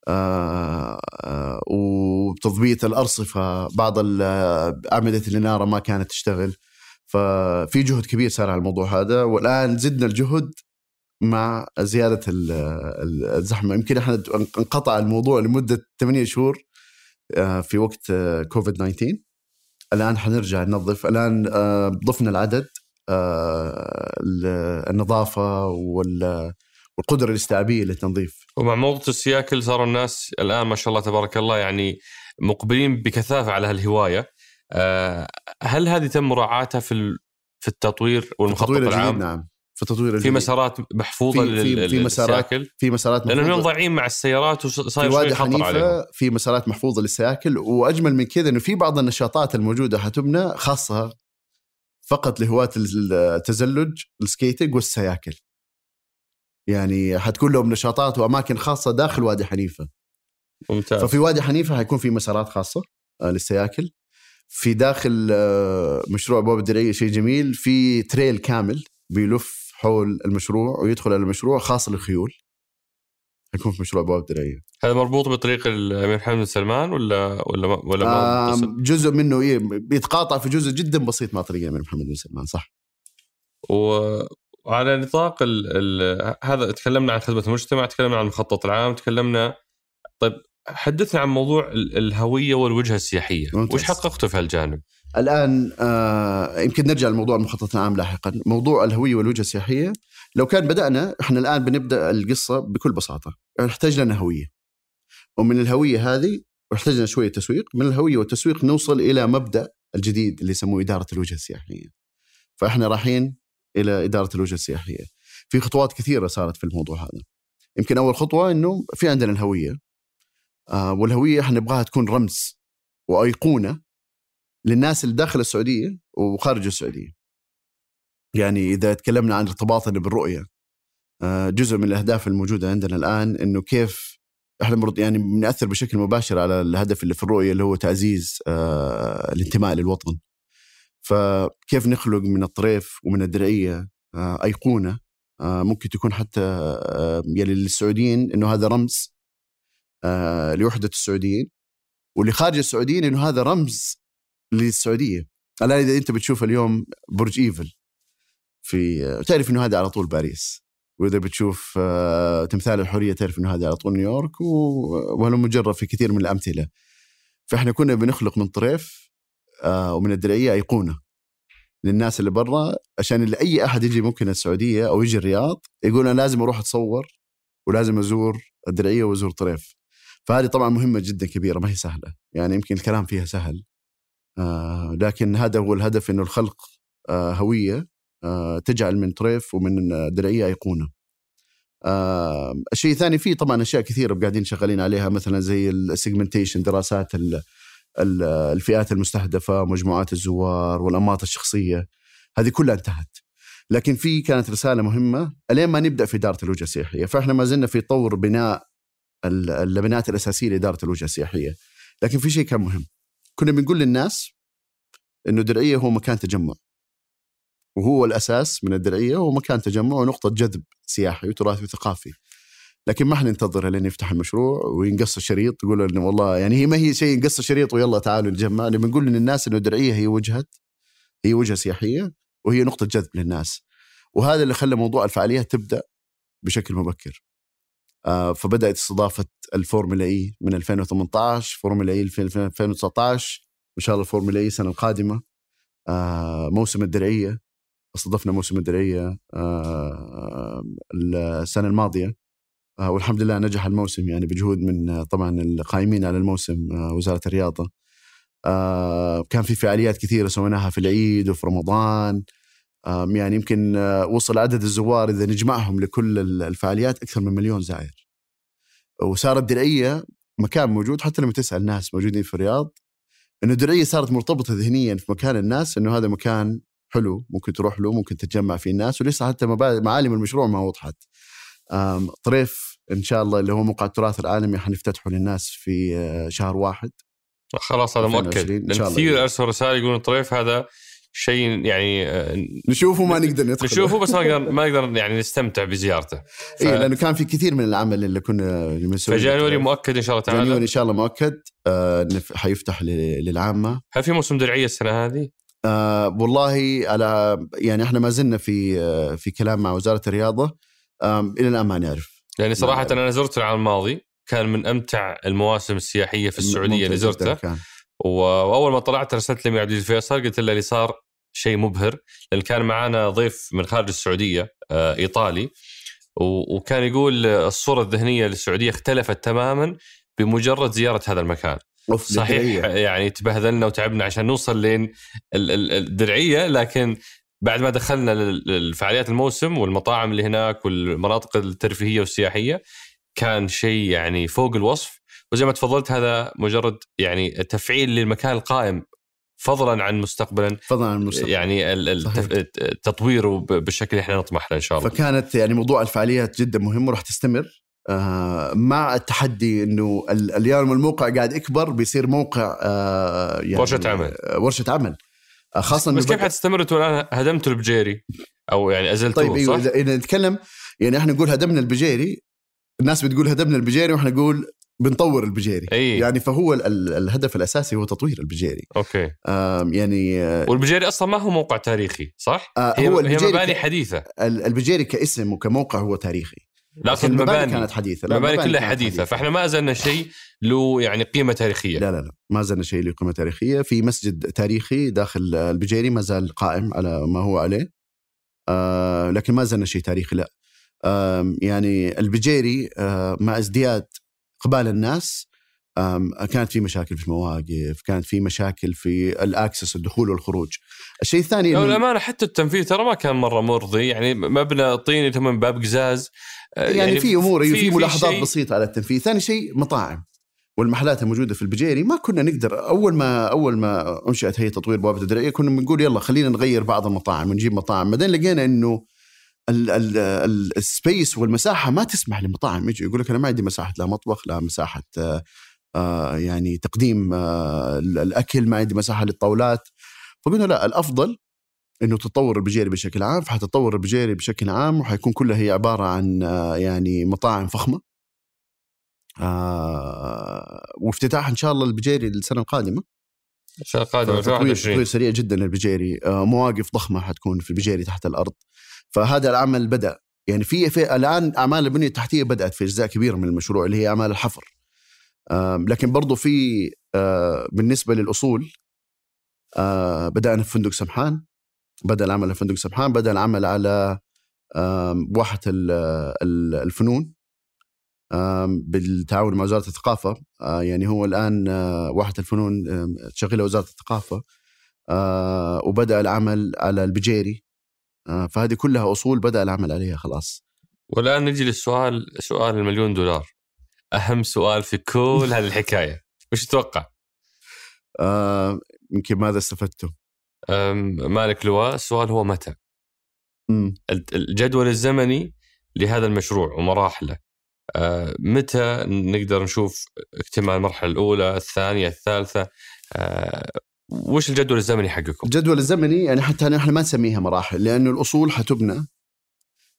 وتضبيط الأرصفة، بعض أعمدة الإنارة ما كانت تشتغل. ففي جهد كبير صار على الموضوع هذا، والآن زدنا الجهد مع زيادة الزحمة. يمكن احنا انقطع الموضوع لمدة ثمانية شهور في وقت كوفيد تسعة عشر. الآن حنرجع ننظف. الآن ضفنا العدد، النظافة والقدرة الاستيعابية للتنظيف. ومع موضوع السياكل صار الناس الآن ما شاء الله تبارك الله يعني مقبلين بكثافة على هالهواية. هل هذه تم مراعاتها في في التطوير والمخطط العام؟ نعم، في التطوير في مسارات محفوظة للسياكل، في مسارات محفوظة، لأنهم ضايعين مع السيارات وصاير شوي خطر عليهم. في مسارات محفوظة للسياكل، وأجمل من كذا إنه في بعض النشاطات الموجودة حتبنى خاصة فقط لهواة التزلج، السكيتنج والسياكل. يعني حتكون لهم نشاطات وأماكن خاصة داخل وادي حنيفة. ممتاز. ففي وادي حنيفة حيكون في مسارات خاصة للسياكل. في داخل مشروع بوابة الدرعية شيء جميل، في تريل كامل بيلف حول المشروع ويدخل على المشروع خاص للخيول، حيكون في مشروع بوابة الدرعية. هذا مربوط بطريق الأمير محمد بن سلمان ولا ولا ولا ما جزء منه إيه بيتقاطع في جزء جدا بسيط مع طريق الأمير محمد بن سلمان، صح. وعلى نطاق ال ال هذا تكلمنا عن خدمة المجتمع، تكلمنا عن المخطط العام، تكلمنا. طيب حدثنا عن موضوع الهوية والوجهة السياحية. ممتاز. وش حققته في هالجانب؟ الآن آه يمكن نرجع لموضوع المخطط العام لاحقا. موضوع الهوية والوجهة السياحية لو كان بدأنا إحنا الآن بنبدأ القصة بكل بساطة. نحتاج لنا هوية، ومن الهوية هذه احتاجنا شوية تسويق. من الهوية والتسويق نوصل إلى مبدأ الجديد اللي يسموه إدارة الوجهة السياحية. فإحنا رايحين إلى إدارة الوجهة السياحية. في خطوات كثيرة صارت في الموضوع هذا. يمكن أول خطوة إنه في عندنا الهوية، آه والهوية إحنا نبغاها تكون رمز وأيقونة للناس اللي داخل السعودية وخارج السعودية. يعني إذا تكلمنا عن ارتباطنا بالرؤية، آه جزء من الأهداف الموجودة عندنا الآن إنه كيف إحنا يعني بنأثر بشكل مباشر على الهدف اللي في الرؤية اللي هو تعزيز آه الانتماء للوطن. فكيف نخلق من الطريف ومن الدرعية آه أيقونة آه ممكن تكون حتى آه يعني للسعوديين إنه هذا رمز آه لوحدة السعوديين، واللي خارج السعوديين إنه هذا رمز للسعودية. الآن إذا أنت بتشوف اليوم برج إيفل في تعرف إنه هذا على طول باريس، وإذا بتشوف آه تمثال الحرية تعرف إنه هذا على طول نيويورك، وهذا مجرد في كثير من الأمثلة. فإحنا كنا بنخلق من طريف آه ومن الدرعية أيقونة للناس اللي برا، عشان اللي أي أحد يجي ممكن السعودية أو يجي الرياض يقول أنا لازم أروح أتصور ولازم أزور الدرعية وأزور طريف. فهذه طبعا مهمة جدا كبيرة، ما هي سهلة. يعني يمكن الكلام فيها سهل آه لكن هذا هو الهدف، إنه الخلق آه هوية آه تجعل من طريف ومن الدرعية أيقونة. آه الشيء الثاني فيه طبعا أشياء كثيرة قاعدين شغالين عليها، مثلا زي السيجمنتيشن، دراسات الفئات المستهدفة، مجموعات الزوار والأنماط الشخصية، هذه كلها انتهت. لكن في كانت رسالة مهمة ألين ما نبدأ في إدارة الوجهة السياحية. فإحنا ما زلنا في طور بناء اللبنات الأساسية لإدارة الوجهة السياحية. لكن في شيء كان مهم، كنا بنقول للناس إنه درعية هو مكان تجمع، وهو الأساس من الدرعية هو مكان تجمع ونقطة جذب سياحي وتراثي وثقافي. لكن ما حننتظر لين يفتح المشروع وينقص الشريط تقول إنه والله يعني هي ما هي شيء ينقص الشريط ويلا تعالوا نجمع. اللي بنقول للناس إنه الدرعية هي وجهة هي وجهة سياحية وهي نقطة جذب للناس، وهذا اللي خلى موضوع الفعاليات تبدأ بشكل مبكر. آه فبدأت استضافة الفورمولا إي من ألفين وثمانية عشر، فورمولا إي ألفين وتسعة عشر، إن شاء الله الفورمولا إي السنة القادمة. آه موسم الدرعية استضفنا موسم الدرعية آه السنة الماضية، آه والحمد لله نجح الموسم يعني بجهود من طبعا القائمين على الموسم آه وزارة الرياضة. آه كان في فعاليات كثيرة سويناها في العيد وفي رمضان، آه يعني يمكن آه وصل عدد الزوار إذا نجمعهم لكل الفعاليات أكثر من مليون زائر. وصارت الدرعية مكان موجود، حتى لما تسأل ناس موجودين في الرياض إنه الدرعية صارت مرتبطة ذهنيا في مكان الناس إنه هذا مكان حلو ممكن تروح له ممكن تتجمع فيه الناس، ولسه حتى معالم المشروع ما وضحت. طريف إن شاء الله اللي هو موقع التراث العالمي حنفتتحه للناس في شهر واحد خلاص هذا مؤكد، لأن كثير أرسل رسائل يقولون طريف هذا شيء يعني نشوفه ما نقدر ندخل نشوفه بس ما نقدر ما نقدر يعني نستمتع بزيارته. ف... إيه لأنه كان في كثير من العمل اللي كنا مسوي. فجانوري مؤكد إن شاء الله تعالى. جانوري إن شاء الله مؤكد آه حيفتح للعامة. هل في موسم درعية السنة هذه؟ آه والله على يعني إحنا ما زلنا في آه في كلام مع وزارة الرياضة آه إلى الآن ما نعرف. يعني صراحة أنا زرت العام الماضي كان من أمتع المواسم السياحية في السعودية اللي زرتها، وأول ما طلعت رسلت لي عبد الفيصل قلت له اللي صار شيء مبهر، لأن كان معانا ضيف من خارج السعودية آه إيطالي، وكان يقول الصورة الذهنية للسعودية اختلفت تماما بمجرد زيارة هذا المكان. صحيح يعني تبهذلنا وتعبنا عشان نوصل لين الدرعية، لكن بعد ما دخلنا للفعاليات الموسم والمطاعم اللي هناك والمناطق الترفيهية والسياحية كان شيء يعني فوق الوصف. وزي ما تفضلت هذا مجرد يعني تفعيل للمكان القائم فضلا عن مستقبلا، فضلا عن المستقبل يعني التطوير بالشكل اللي احنا نطمح له إن شاء الله. فكانت يعني موضوع الفعاليات جدا مهم وراح تستمر آه مع التحدي إنه اليوم الموقع قاعد يكبر بيصير موقع آه يعني ورشة عمل ورشة عمل آه خاصة. بس كيف حتستمر تقول أنا هدمت البجيري أو يعني أزلته؟ طيب صح؟ إذا نتكلم يعني إحنا نقول هدمنا البجيري، الناس بتقول هدمنا البجيري وإحنا نقول بنطور البجيري. أي. يعني فهو الهدف الأساسي هو تطوير البجيري. أوكي. آه يعني آه والبجيري أصلا ما هو موقع تاريخي صح؟ آه هي, هو هي مباني حديثة. البجيري كاسم وكموقع هو تاريخي، لكن المباني كانت حديثة. المباني كلها حديثة. حديثة، فإحنا ما أزلنا شيء له يعني قيمة تاريخية. لا لا لا ما زلنا شيء له قيمة تاريخية. في مسجد تاريخي داخل البجيري ما زال قائم على ما هو عليه، آه لكن ما زلنا شيء تاريخي. لا آه يعني البجيري آه مع ازدياد إقبال الناس كانت في مشاكل في المواقف، كانت في مشاكل في الأكسس الدخول والخروج. الشيء الثاني لو الأمانة حتى التنفيذ ترى ما كان مرة مرضي، يعني مبنى طيني ثم باب قزاز، يعني, يعني في أمور في, في ملاحظات في بسيطة على التنفيذ. ثاني شيء مطاعم والمحلات الموجودة في البجيري ما كنا نقدر أول ما أول ما أنشأت هيئة تطوير بوابة الدرعية كنا بنقول يلا خلينا نغير بعض المطاعم ونجيب مطاعم، بعدين لقينا إنه السبيس والمساحة ما تسمح للمطاعم يجي يقول لك أنا ما عندي مساحة لا مطبخ لا مساحة آه يعني تقديم آه الأكل، ما عندي مساحة للطاولات. فقلنا لا الأفضل إنه تطور البجيري بشكل عام، فحتطور البجيري بشكل عام وحيكون كلها هي عبارة عن آه يعني مطاعم فخمة آه وافتتاح إن شاء الله البجيري السنة القادمة. السنة القادمة تطوير سريع جدا للبجيري، آه مواقف ضخمة حتكون في البجيري تحت الأرض. فهذا العمل بدأ يعني في, في الآن أعمال البنية التحتية بدأت في أجزاء كبيرة من المشروع اللي هي أعمال الحفر. لكن برضو في بالنسبة للأصول بدأنا في فندق سمحان، بدأ العمل في فندق سمحان، بدأ العمل على واحة الفنون بالتعاون مع وزارة الثقافة. يعني هو الآن واحة الفنون تشغلها وزارة الثقافة، وبدأ العمل على البجيري. فهذه كلها أصول بدأ العمل عليها خلاص. والآن نجي للسؤال، سؤال المليون دولار، أهم سؤال في كل هذه الحكاية، وش تتوقع؟ آه، يمكن ماذا استفدته؟ مالك لواء، السؤال هو متى؟ م. الجدول الزمني لهذا المشروع ومراحله، آه، متى نقدر نشوف اكتمال المرحلة الأولى الثانية الثالثة؟ آه، وش الجدول الزمني حقكم؟ الجدول الزمني يعني حتى نحن ما نسميها مراحل، لأنه الأصول حتبنى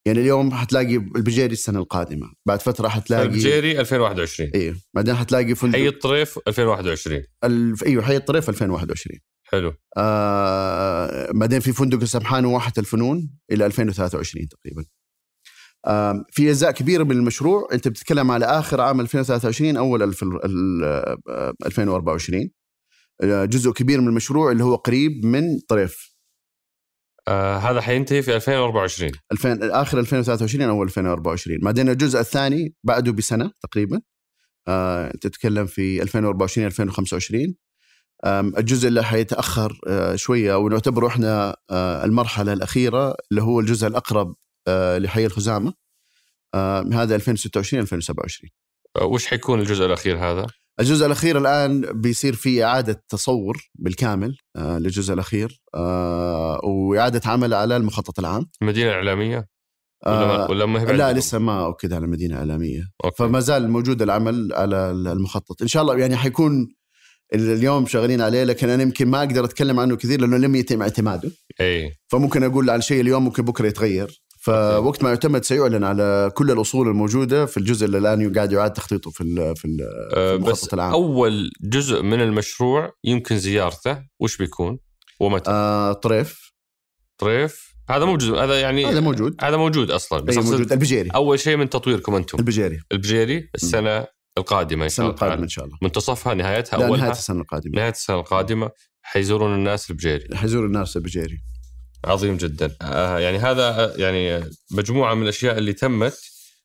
يعني اليوم حتلاقي البجيري السنة القادمة، بعد فترة حتلاقي البجيري ألفين وواحد وعشرين، ايوه بعدين حتلاقي فندق حي الطريف ألفين وواحد وعشرين، الف... ايوه حي الطريف ألفين وواحد وعشرين. حلو. آه... بعدين في فندق السمحان وواحة الفنون إلى ألفين وثلاثة وعشرين تقريبا. آه... في أجزاء كبيرة من المشروع أنت بتتكلم على آخر عام ألفين وثلاثة وعشرين أول الف... ال... ألفين وأربعة وعشرين. جزء كبير من المشروع اللي هو قريب من طريف. آه هذا حينتهي في ألفين وأربعة وعشرين، ألفين آخر ألفين وثلاثة وعشرين أو ألفين وأربعة وعشرين. بعدين الجزء الثاني بعده بسنة تقريبا، آه تتكلم في ألفين وأربعة وعشرين ألفين وخمسة وعشرين. الجزء اللي حيتأخر آه شوية ونعتبره إحنا آه المرحلة الأخيرة اللي هو الجزء الأقرب آه لحي الخزامة، آه هذا ألفين وستة وعشرين ألفين وسبعة وعشرين. آه وش حيكون الجزء الأخير هذا؟ الجزء الأخير الآن بيصير فيه إعادة تصور بالكامل آه للجزء الأخير، آه وإعادة عمل على المخطط العام. المدينة الإعلامية آه ولا ما ولا لا لسه ما أكد على المدينة الإعلامية. أوكي. فما زال موجود العمل على المخطط إن شاء الله، يعني حيكون اليوم شغالين عليه، لكن أنا يمكن ما أقدر أتكلم عنه كثير لأنه لم يتم اعتماده. أي. فممكن أقول على شيء اليوم ممكن بكرة يتغير، فوقت ما يعتمد سيعلن على كل الأصول الموجودة في الجزء اللي الآن قاعد يعاد تخطيطه في ال في, ال في المخطط العام. أول جزء من المشروع يمكن زيارته وش بيكون ومتى؟ آه طريف. طريف هذا موجود، هذا يعني هذا موجود هذا موجود أصلا. بس موجود البجيري أول شيء من تطويركم أنتم. البجيري البجيري السنة م. القادمة إن شاء الله. السنة القادمة إن شاء الله. منتصفها نهايتها أولها؟ نهاية السنة القادمة. نهاية السنة القادمة حيزورون الناس البجيري. حيزورون الناس البجيري. عظيم جدا. آه يعني هذا يعني مجموعة من الأشياء اللي تمت،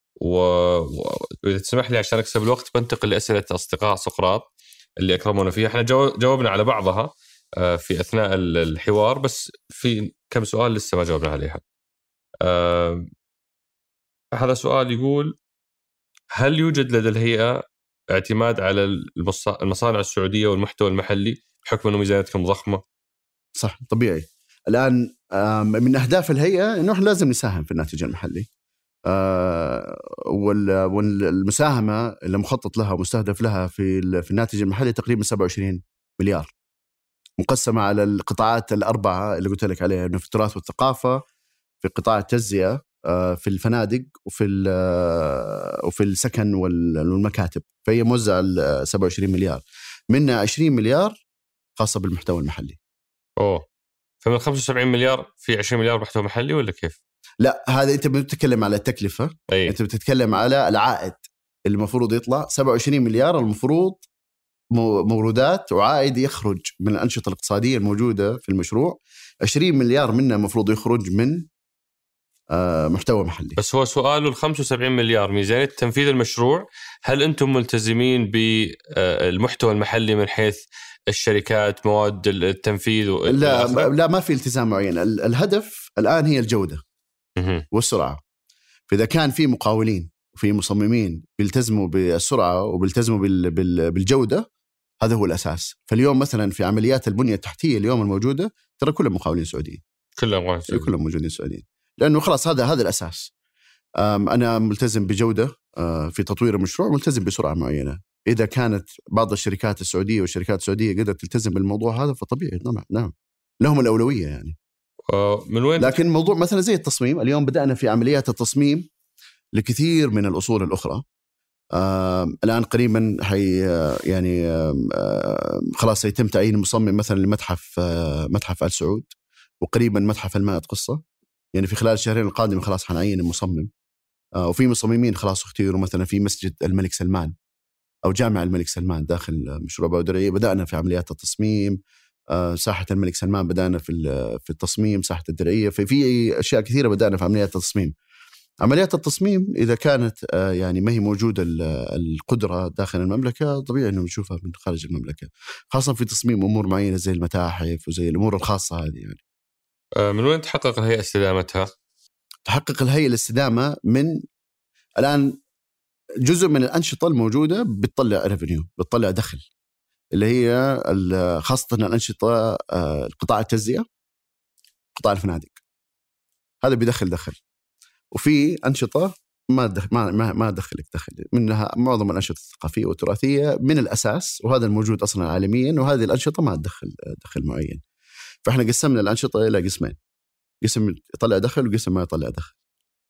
وإذا تسمح لي عشان أكسب الوقت بنتقل لأسئلة أصدقاء سقراط اللي أكرمونا فيها. احنا جاوبنا على بعضها آه في أثناء الحوار، بس في كم سؤال لسه ما جاوبنا عليها. آه هذا سؤال يقول: هل يوجد لدى الهيئة اعتماد على المصانع السعودية والمحتوى المحلي بحكم أنه ميزانيتكم ضخمة؟ صح، طبيعي. الآن من أهداف الهيئة أنه إحنا لازم نساهم في الناتج المحلي، والمساهمة اللي مخطط لها ومستهدف لها في في الناتج المحلي تقريبا سبعة وعشرين مليار، مقسمة على القطاعات الأربعة اللي قلت لك عليها، إنه في التراث والثقافة، في قطاع التجزئة، في الفنادق، وفي وفي السكن والمكاتب. فهي موزع سبعة وعشرين مليار، منها عشرين مليار خاصة بالمحتوى المحلي. أوه، فمن خمسة وسبعين مليار في عشرين مليار محتوى محلي ولا كيف؟ لا، هذا أنت بتتكلم على التكلفة. أي. أنت بتتكلم على العائد اللي المفروض يطلع. سبعة وعشرين مليار المفروض موردات وعائد يخرج من الأنشطة الاقتصادية الموجودة في المشروع. عشرين مليار منها المفروض يخرج من آه محتوى محلي. بس هو سؤاله الخمسة وسبعين مليار ميزانية تنفيذ المشروع، هل أنتم ملتزمين بالمحتوى المحلي من حيث الشركات، مواد التنفيذ؟ لا لا، ما في التزام معين. الهدف الآن هي الجودة والسرعة. فإذا كان في مقاولين وفي مصممين بيلتزموا بالسرعة وبيلتزموا بالجودة، هذا هو الأساس. فاليوم مثلا في عمليات البنية التحتية اليوم الموجودة ترى كلهم مقاولين سعوديين، كلهم كلهم موجودين سعوديين، لأنه خلاص هذا هذا الأساس. أنا ملتزم بجودة في تطوير المشروع، ملتزم بسرعة معينة. إذا كانت بعض الشركات السعودية والشركات السعودية قدرت تلتزم بالموضوع هذا فطبيعي، نعم نعم لهم الأولوية يعني. من وين؟ لكن موضوع مثلا زي التصميم، اليوم بدأنا في عمليات التصميم لكثير من الأصول الأخرى. آه الآن قريبا حي يعني آه خلاص سيتم تعيين مصمم مثلا لمتحف آه متحف آل سعود، وقريبا متحف المائة قصة. يعني في خلال الشهرين القادمة خلاص حنعين المصمم. آه وفي مصممين خلاص اختيروا مثلا في مسجد الملك سلمان أو جامع الملك سلمان داخل مشروع بودرية، بدأنا في عمليات التصميم. آه ساحة الملك سلمان بدأنا في في التصميم، ساحة الدرعية، في في أشياء كثيرة بدأنا في عمليات التصميم. عمليات التصميم إذا كانت آه يعني ما هي موجودة القدرة داخل المملكة، طبيعي إنه نشوفها من خارج المملكة، خاصة في تصميم أمور معينة زي المتاحف وزي الأمور الخاصة هذه يعني. آه من وين تحقق الهيئة استدامتها؟ تحقق الهيئة الاستدامة من الآن جزء من الأنشطة الموجودة بتطلع ريفينيو، بتطلع دخل، اللي هي خاصة الأنشطة قطاع التجزئة، قطاع الفنادق، هذا بيدخل دخل. وفي أنشطة ما دخل ما ما ما دخلك دخل، منها معظم الأنشطة الثقافية والتراثية من الأساس، وهذا الموجود أصلا عالميا، وهذه الأنشطة ما تدخل دخل معين. فإحنا قسمنا الأنشطة إلى قسمين، قسم يطلع دخل وقسم ما يطلع دخل.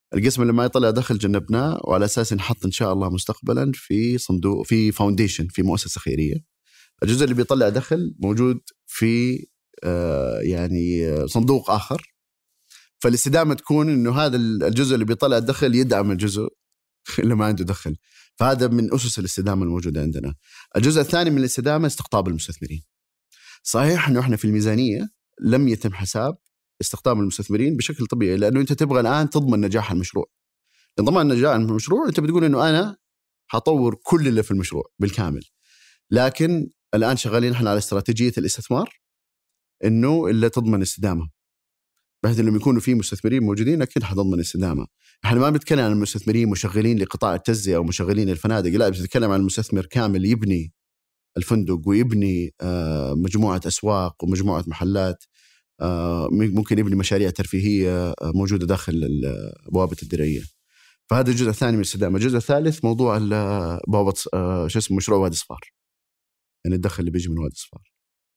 القسم اللي ما يطلع دخل جنبناه، وعلى أساس نحط إن شاء الله مستقبلا في صندوق في فاونديشن في مؤسسة خيرية. الجزء اللي بيطلع دخل موجود في آه يعني صندوق آخر، فالاستدامة تكون إنه هذا الجزء اللي بيطلع الدخل يدعم الجزء اللي ما عنده دخل. فهذا من أسس الاستدامة الموجودة عندنا. الجزء الثاني من الاستدامة استقطاب المستثمرين. صحيح إنه إحنا في الميزانية لم يتم حساب استقطاب المستثمرين بشكل طبيعي، لأنه أنت تبغى الآن تضمن نجاح المشروع. ضمان نجاح المشروع أنت بتقول إنه أنا حطور كل اللي في المشروع بالكامل، لكن الآن شغالين إحنا على استراتيجية الاستثمار إنه اللي تضمن استدامة، بحيث إنهم يكونوا في مستثمرين موجودين أكيد حتضمن استدامة. إحنا ما بنتكلم عن المستثمرين مشغلين لقطاع التجزئة أو مشغلين الفنادق، لا، بنتكلم عن المستثمر كامل يبني الفندق ويبني مجموعة أسواق ومجموعة محلات، ممكن يبني مشاريع ترفيهية موجودة داخل بوابة الدرعية. فهذا الجزء الثاني من الاستدامة. الجزء الثالث موضوع بوابة شو اسمه مشروع وادي صفار، يعني الدخل اللي بيجي من وادي صفار.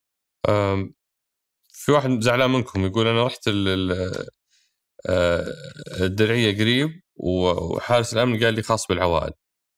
في واحد زعلان منكم يقول أنا رحت الدرعية قريب وحارس الأمن قال لي خاص بالعوائل.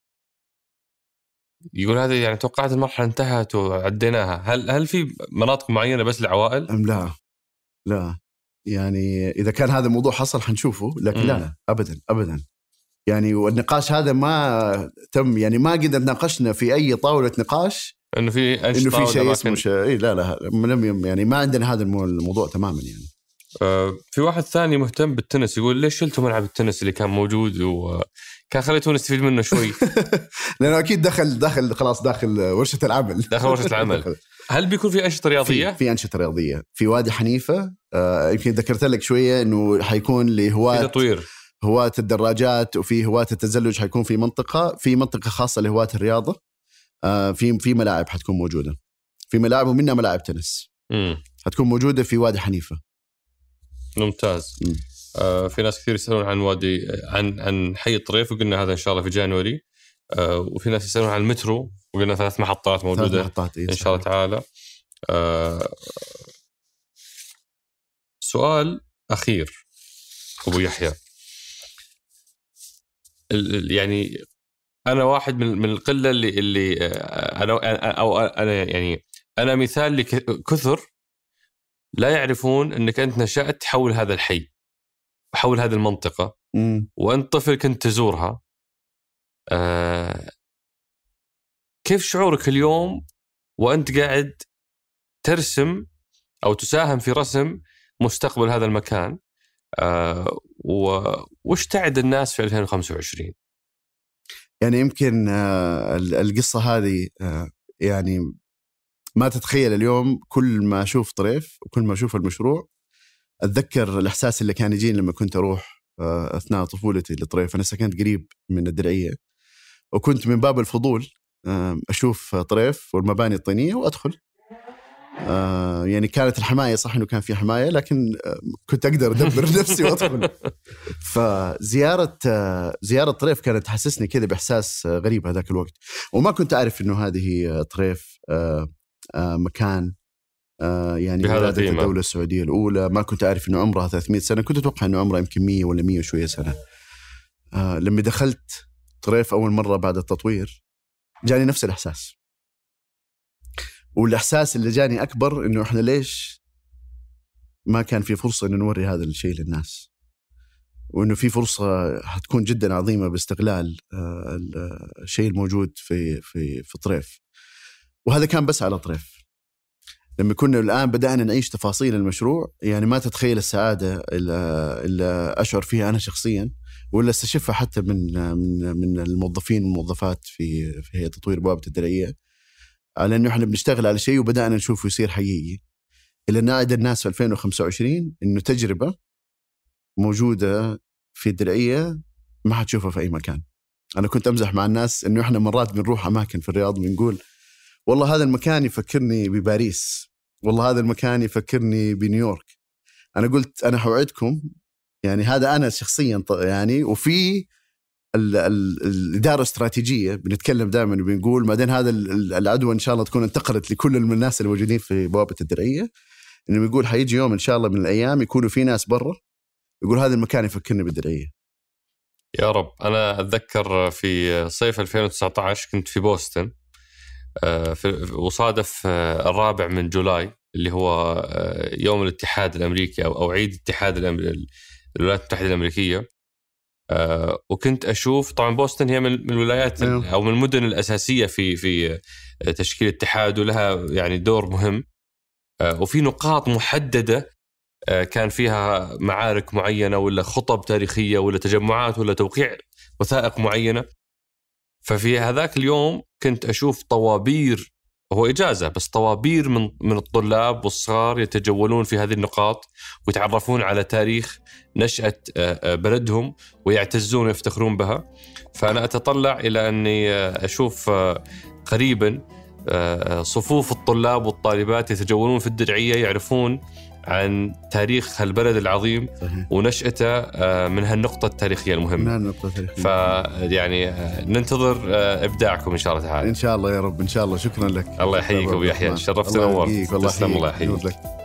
يقول هذا يعني توقعت المرحلة انتهت وعديناها. هل هل في مناطق معينة بس للعوائل؟ أم لا لا، يعني إذا كان هذا الموضوع حصل حنشوفه، لكن م. لا لا أبدا أبدا. يعني والنقاش هذا ما تم، يعني ما قد ناقشنا في أي طاولة نقاش إنه في إنه في شيء اسمه شيء. إيه لا لا لم يعني ما عندنا هذا الموضوع تماما. يعني آه في واحد ثاني مهتم بالتنس يقول ليش شلتوا ملعب التنس اللي كان موجود وكان خليتونا نستفيد منه شوي؟ لأنه أكيد دخل دخل خلاص داخل ورشة العمل داخل ورشة العمل. هل بيكون في أنشطة رياضية؟ في, في أنشطة رياضية في وادي حنيفة. آه يمكن ذكرت لك شوية إنه حيكون لهواة تطوير هواة الدراجات وفي هواة التزلج، حيكون في منطقة في منطقة خاصة لهواة الرياضة. آه في في ملاعب حتكون موجودة، في ملاعب ومنها ملاعب تنس مم. حتكون موجودة في وادي حنيفة. ممتاز. آه في ناس كثير يسألون عن وادي عن عن حي الطريف وقلنا هذا إن شاء الله في جانوري. آه وفي ناس يسألون عن المترو وقلنا ثلاث محطات موجودة ثلاث محطات إيه إن شاء الله تعالى. آه سؤال أخير أبو يحيى، يعني أنا واحد من من القلة اللي اللي أنا أو أنا يعني أنا مثال لكثر لا يعرفون أنك أنت نشأت حول هذا الحي وحول هذه المنطقة م. وأنت طفل كنت تزورها. آه كيف شعورك اليوم وأنت قاعد ترسم أو تساهم في رسم مستقبل هذا المكان؟ آه وش تعد الناس في ألفين وخمسة وعشرين؟ يعني يمكن آه القصة هذه آه يعني ما تتخيل. اليوم كل ما أشوف طريف وكل ما أشوف المشروع أتذكر الإحساس اللي كان يجيني لما كنت أروح آه أثناء طفولتي لطريف. أنا سكنت قريب من الدرعية وكنت من باب الفضول آه أشوف طريف والمباني الطينية وأدخل. آه يعني كانت الحماية صح إنه كان في حماية، لكن آه كنت أقدر أدبر نفسي وأدخل. فزيارة آه زيارة طريف كانت تحسسني كذا بإحساس آه غريب هذاك الوقت، وما كنت أعرف إنه هذه آه طريف آه آه مكان آه يعني ولادة الدولة السعودية الأولى. ما كنت أعرف إنه عمرها ثلاثمائة سنة، كنت أتوقع إنه عمرها يمكن مية ولا مية وشوية سنة. آه لما دخلت طريف أول مرة بعد التطوير جاني نفس الإحساس، والإحساس اللي جاني أكبر إنه إحنا ليش ما كان في فرصة إنه نوري هذا الشيء للناس، وإنه في فرصة هتكون جدا عظيمة باستغلال الشيء الموجود في في في طريف. وهذا كان بس على طريف. لما كنا الآن بدأنا نعيش تفاصيل المشروع، يعني ما تتخيل السعادة اللي أشعر فيها أنا شخصيا ولا استشفها حتى من من من الموظفين والموظفات في في هيئة تطوير بوابة الدرعية، على إنه إحنا بنشتغل على شيء وبدأنا نشوفه يصير حقيقي. إلى نعد الناس في ألفين وخمسة وعشرين إنه تجربة موجودة في الدرعية ما حتشوفها في أي مكان. أنا كنت أمزح مع الناس إنه إحنا مرات بنروح أماكن في الرياض بنقول والله هذا المكان يفكرني بباريس، والله هذا المكان يفكرني بنيويورك. أنا قلت أنا حوعدكم يعني هذا أنا شخصيا يعني، وفي ال ال الإدارة الاستراتيجية بنتكلم دائما وبنقول بعدين هذا العدوى إن شاء الله تكون انتقلت لكل الناس الموجودين في بوابة الدرعية، إنه بيقول حيجي يوم إن شاء الله من الأيام يكونوا في ناس برا يقول هذا المكان يفكرني بالدرعية. يا رب. أنا أتذكر في صيف ألفين وتسعة عشر كنت في بوسطن، وصادف الرابع من جولاي اللي هو يوم الاتحاد الأمريكي أو عيد الاتحاد الولايات المتحدة الأمريكية. وكنت أشوف طبعا بوسطن هي من الولايات أو من المدن الأساسية في في تشكيل الاتحاد، ولها يعني دور مهم، وفي نقاط محددة كان فيها معارك معينة ولا خطب تاريخية ولا تجمعات ولا توقيع وثائق معينة. ففي هذاك اليوم كنت أشوف طوابير، هو إجازة بس طوابير من من الطلاب والصغار يتجولون في هذه النقاط ويتعرفون على تاريخ نشأة بلدهم ويعتزون ويفتخرون بها. فأنا أتطلع إلى أني أشوف قريبا صفوف الطلاب والطالبات يتجولون في الدرعية يعرفون عن تاريخ هالبلد العظيم صحيح. ونشأته من هالنقطة التاريخية المهمة. من هالنقطة التاريخية. فيعني ننتظر إبداعكم إن شاء الله تعالى. إن شاء الله يا رب، إن شاء الله. شكرا لك. الله يحييك أبو يحيى، شرفتنا ونورت. تسلم. الله يحييك.